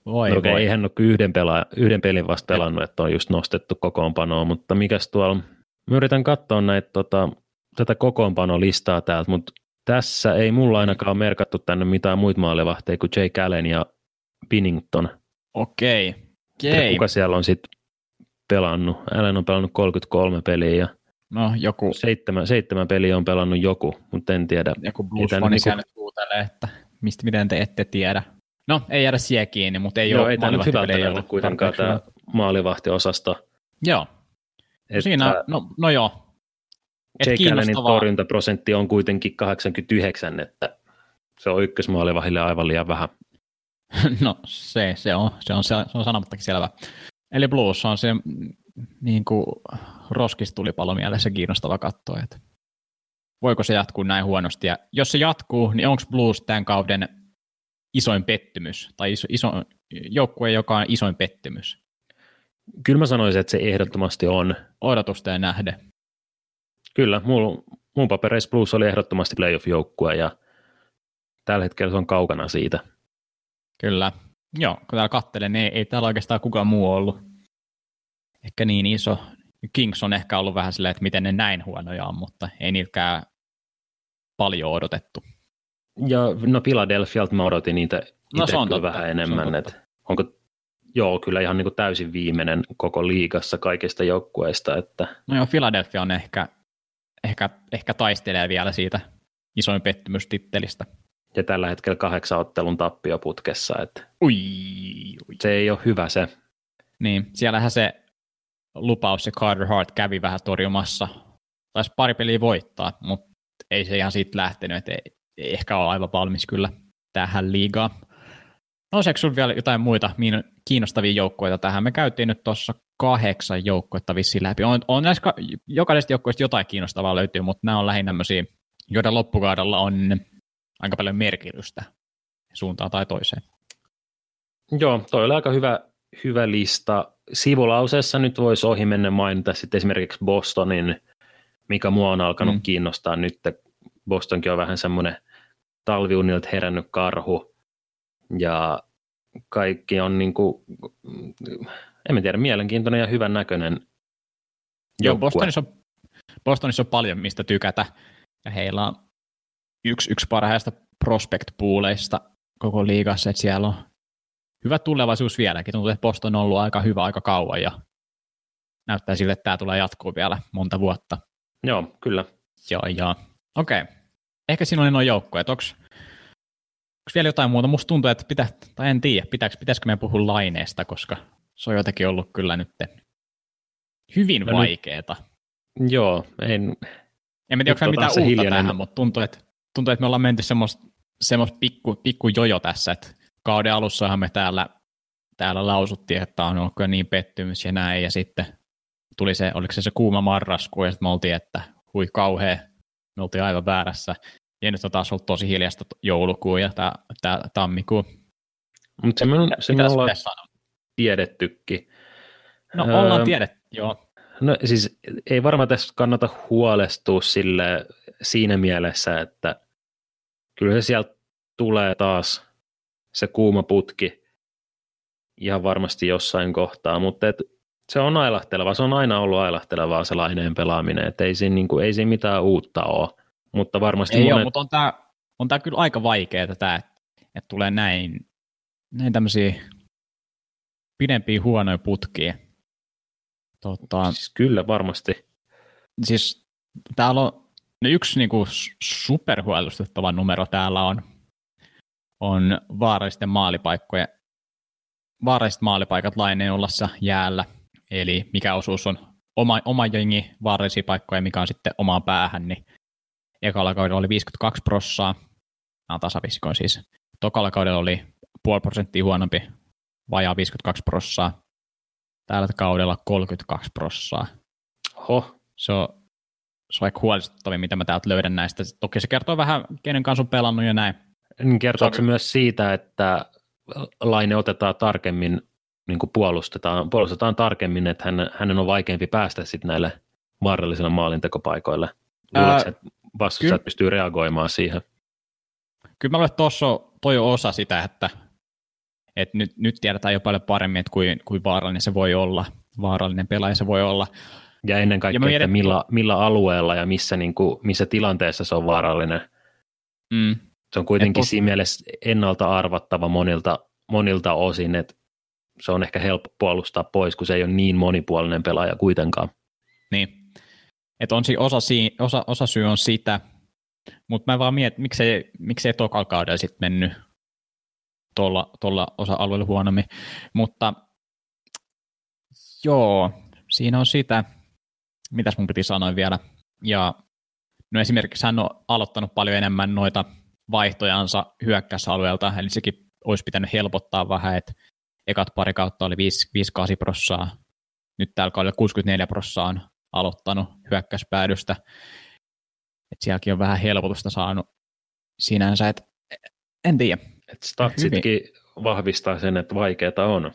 Okei, ei hän ole yhden pelin vasta pelannut, että on just nostettu kokoonpanoa, mutta mikäs tuolla, mä yritän katsoa näitä tätä kokoonpanolistaa täältä, mutta tässä ei mulla ainakaan ole merkattu tänne mitään muita maalivahteja kuin Jake Allen ja Binnington. Okei. Kuka siellä on sitten pelannut? Allen on pelannut 33 peliä ja joku 7 peliä on pelannut joku, mutta en tiedä. Joku Blues-fani siellä nyt huutelee, että miten te ette tiedä. No, ei jäädä siihen kiinni, mutta ei ole maalivahtipelejä ollut kuitenkaan tämä maalivahtiosasto. Joo. Siinä, no joo. Jake Allenin torjuntaprosentti on kuitenkin 89, että se on ykkösmaalivahille aivan liian vähän. No se on sanomattakin selvä. Eli Blues on se niin kuin roskistulipalo mielessä kiinnostava katsoa, että voiko se jatkuu näin huonosti. Ja jos se jatkuu, niin onko Blues tämän kauden isoin pettymys, tai iso joukkue, joka on isoin pettymys? Kyllä mä sanoisin, että se ehdottomasti on. Odotusten nähden. Kyllä, mun papereissa Blues oli ehdottomasti playoff-joukkue, ja tällä hetkellä se on kaukana siitä. Kyllä. Joo, kun täällä katselen, niin ei täällä oikeastaan kukaan muu ollut ehkä niin iso. Kings on ehkä ollut vähän silleen, että miten ne näin huonoja on, mutta ei niiltäkään paljon odotettu. Ja no Philadelphialta mä odotin niitä itse kyllä vähän enemmän. Että joo, kyllä ihan niin kuin täysin viimeinen koko liigassa kaikista joukkueista. Että no joo, Philadelphia on ehkä taistelee vielä siitä isoin pettymystittelistä. Ja tällä hetkellä 8 ottelun tappioputkessa. Että Ui. Se ei ole hyvä se. Niin, siellähän se lupaus, se Carter Hart kävi vähän torjumassa. Taisi pari peliä voittaa, mutta ei se ihan siitä lähtenyt, että ei ehkä ole aivan valmis kyllä tähän liigaan. No seikö sinulla vielä jotain muita kiinnostavia joukkoita tähän? Me käytiin nyt tuossa 8 joukkoita vissiin läpi. On näissä jokaisesta joukkoista jotain kiinnostavaa löytyy, mutta nämä on lähinnä tämmöisiä, joiden loppukaudella on aika paljon merkitystä suuntaan tai toiseen. Joo, toi oli aika hyvä lista. Sivulauseessa nyt voisi ohi mennä mainita sitten esimerkiksi Bostonin, mikä mua on alkanut kiinnostaa nyt. Bostonkin on vähän semmoinen talviunilta herännyt karhu ja kaikki on niin kuin, en tiedä, mielenkiintoinen ja hyvän näköinen joukkue. Joo, Bostonissa on paljon mistä tykätä ja heillä on yksi parhaista prospect-pooleista koko liigassa, että siellä on hyvä tulevaisuus vieläkin. Tuntuu, että Boston on ollut aika hyvä aika kauan ja näyttää siltä, että tämä tulee jatkuu vielä monta vuotta. Joo, kyllä. Joo. Okei. Ehkä siinä oli nuo joukkoja. Onko vielä jotain muuta? Musta tuntuu, että en tiedä, pitäisikö meidän puhua Laineesta, koska se on jotenkin ollut kyllä nyt hyvin vaikeeta. Joo, en tiedä, onko mitään uutta hiljainen tähän, mutta tuntuu, että me ollaan menty semmoista pikku jojo tässä, että kauden alussahan me täällä lausuttiin, että on ollut kyllä niin pettymys ja näin, ja sitten tuli oliko se kuuma marraskuu, ja sitten me oltiin, että hui kauhea, me oltiin aivan väärässä, ja nyt on taas ollut tosi hiljasta joulukuu ja tämä tammikuu. Mutta se me ollaan tiedettykin. No ollaan tiedetty, joo. No siis ei varmaan tässä kannata huolestua siinä mielessä, että kyllä se sieltä tulee taas se kuuma putki ihan varmasti jossain kohtaa, mutta se on ailahteleva, se on aina ollut ailahtelevaa se Laineen pelaaminen, että ei siinä mitään uutta ole, mutta varmasti ei ole, mutta on tämä kyllä aika vaikeaa, että tulee näin tämmöisiä pidempiä huonoja putkia. Siis kyllä varmasti. Siis täällä on yksi niinku superhuolestuttava numero täällä on vaaralliset maalipaikat Laineen ollessa jäällä, eli mikä osuus on oma jengi vaarallisia paikkoja, mikä on sitten omaan päähän, niin ekalla kaudella oli 52%, nämä on tasaviskoin siis. Tokalla kaudella oli 0,5% huonompi, vajaa 52%, tällä kaudella 32%. Oho. Se on aika huolestuttavia, mitä mä täältä löydän näistä. Toki se kertoo vähän, kenen kanssa on pelannut ja näin. Kertooko se myös siitä, että Laine otetaan tarkemmin, niin kuin puolustetaan tarkemmin, että hänen on vaikeampi päästä sitten näille vaarallisille maalintekopaikoille? Luuletko, että vastustajat pystyy reagoimaan siihen? Kyllä mä luulen, että toi on osa sitä, että Et nyt tiedetään jo paljon paremmin, että kuin vaarallinen se voi olla. Vaarallinen pelaaja se voi olla. Ja ennen kaikkea, että millä alueella ja missä tilanteessa se on vaarallinen. Se on kuitenkin siinä mielessä ennalta arvattava monilta osin, että se on ehkä helppo puolustaa pois, kun se ei ole niin monipuolinen pelaaja kuitenkaan. Niin, että on osa syy on sitä, mutta mä vaan mietin, miksei tokalla kaudella sitten mennyt tuolla osa-alueella huonommin, mutta joo, siinä on sitä, mitäs mun piti sanoa vielä, ja no esimerkiksi hän on aloittanut paljon enemmän noita vaihtojansa hyökkäysalueelta, eli sekin olisi pitänyt helpottaa vähän, että ekat pari kautta oli 5-8%, nyt tällä kaudella 64% on aloittanut hyökkäyspäädystä, että sielläkin on vähän helpotusta saanut sinänsä, että en tiedä. Että statsitkin vahvistaa sen, että vaikeaa on.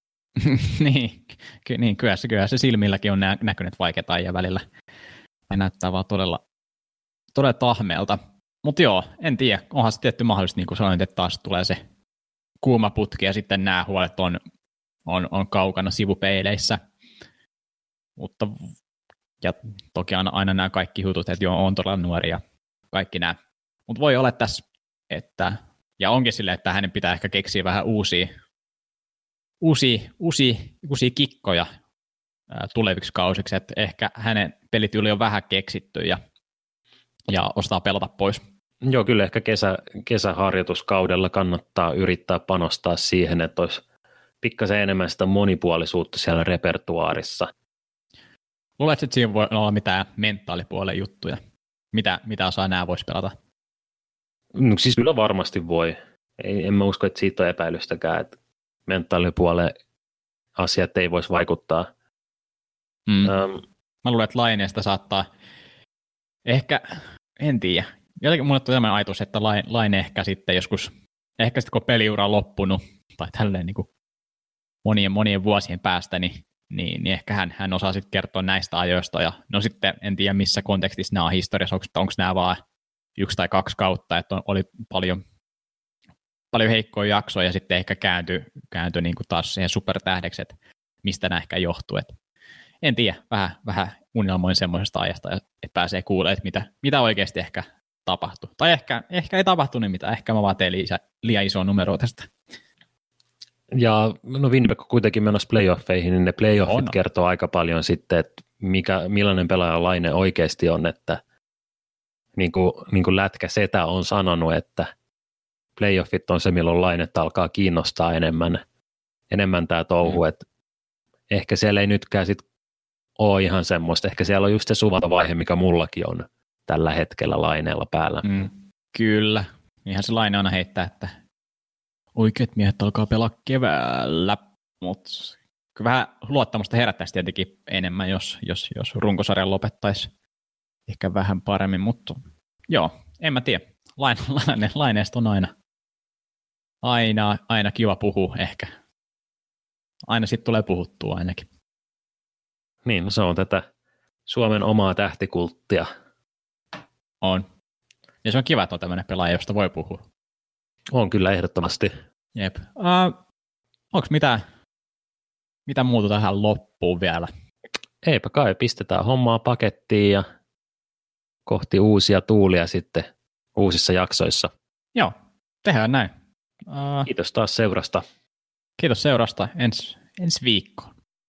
niin, kyllä se silmilläkin on näkynyt vaikeaa ja välillä. Ja näyttää vaan todella tahmeelta. Mutta joo, en tiedä. Onhan se tietty mahdollista, niin kuin sanoin, että taas tulee se kuuma putki ja sitten nämä huolet on kaukana sivupeileissä. Mutta ja toki aina nämä kaikki jutut, että joo, on todella nuori ja kaikki nämä. Mutta voi olla tässä, että ja onkin silleen, että hänen pitää ehkä keksiä vähän uusia kikkoja tuleviksi kausiksi, että ehkä hänen pelityyli on vähän keksitty ja ostaa pelata pois. Joo, kyllä ehkä kesäharjoituskaudella kannattaa yrittää panostaa siihen, että olisi pikkasen enemmän sitä monipuolisuutta siellä repertuaarissa. Luuletko, että siinä voi olla mitään mentaalipuolen juttuja? Mitä osaa nämä voisi pelata? No, siis kyllä varmasti voi. En mä usko, että siitä on epäilystäkään, että mentaalipuolen asiat ei voisi vaikuttaa. Mä luulen, että Laineesta saattaa ehkä, en tiedä. Jotenkin mulle tuli tämmöinen ajatus, että Laine ehkä sitten joskus, ehkä sitten kun peliura on loppunut, tai tälleen niin kuin monien vuosien päästä, niin ehkä hän osaa sitten kertoa näistä ajoista. Ja no sitten en tiedä, missä kontekstissa nämä on historiassa, onko nämä vaan 1 tai 2 kautta, että oli paljon heikkoja jaksoja ja sitten ehkä kääntyi niin kuin taas siihen supertähdeksi, että mistä nämä ehkä johtuu. Et en tiedä, vähän unelmoin semmoisesta ajasta, että pääsee kuulemaan, että mitä oikeasti ehkä tapahtui. Tai ehkä ei tapahtunut mitään, ehkä mä vaan tein liian isoa numeroa tästä. Ja no Winnipeg on kuitenkin menossa playoffeihin, niin ne playoffit kertoo aika paljon sitten, että millainen pelaaja Laine oikeasti on, että niin kuin Lätkä Setä on sanonut, että playoffit on se, milloin Lainetta alkaa kiinnostaa enemmän tämä touhu, että ehkä siellä ei nytkään sit ole ihan semmoista, ehkä siellä on just se suvantovaihe, mikä mullakin on tällä hetkellä Laineella päällä. Kyllä, ihan se Laine aina heittää, että oikeat miehet alkaa pelaa keväällä, mutta kyllä vähän luottamusta herättäisi tietenkin enemmän, jos runkosarjan lopettaisi ehkä vähän paremmin, mutta joo, en mä tiedä. Laineesta on aina kiva puhua ehkä. Aina sitten tulee puhuttua ainakin. Niin, no se on tätä Suomen omaa tähtikulttia. On. Ja se on kiva, että on tämmöinen pelaaja, josta voi puhua. On kyllä ehdottomasti. Jep. Onko mitä muuta tähän loppuun vielä? Eipä kai, pistetään hommaa pakettiin ja kohti uusia tuulia sitten uusissa jaksoissa. Joo, tehdään näin. Kiitos taas seurasta. Kiitos seurasta. Ensi viikkoon.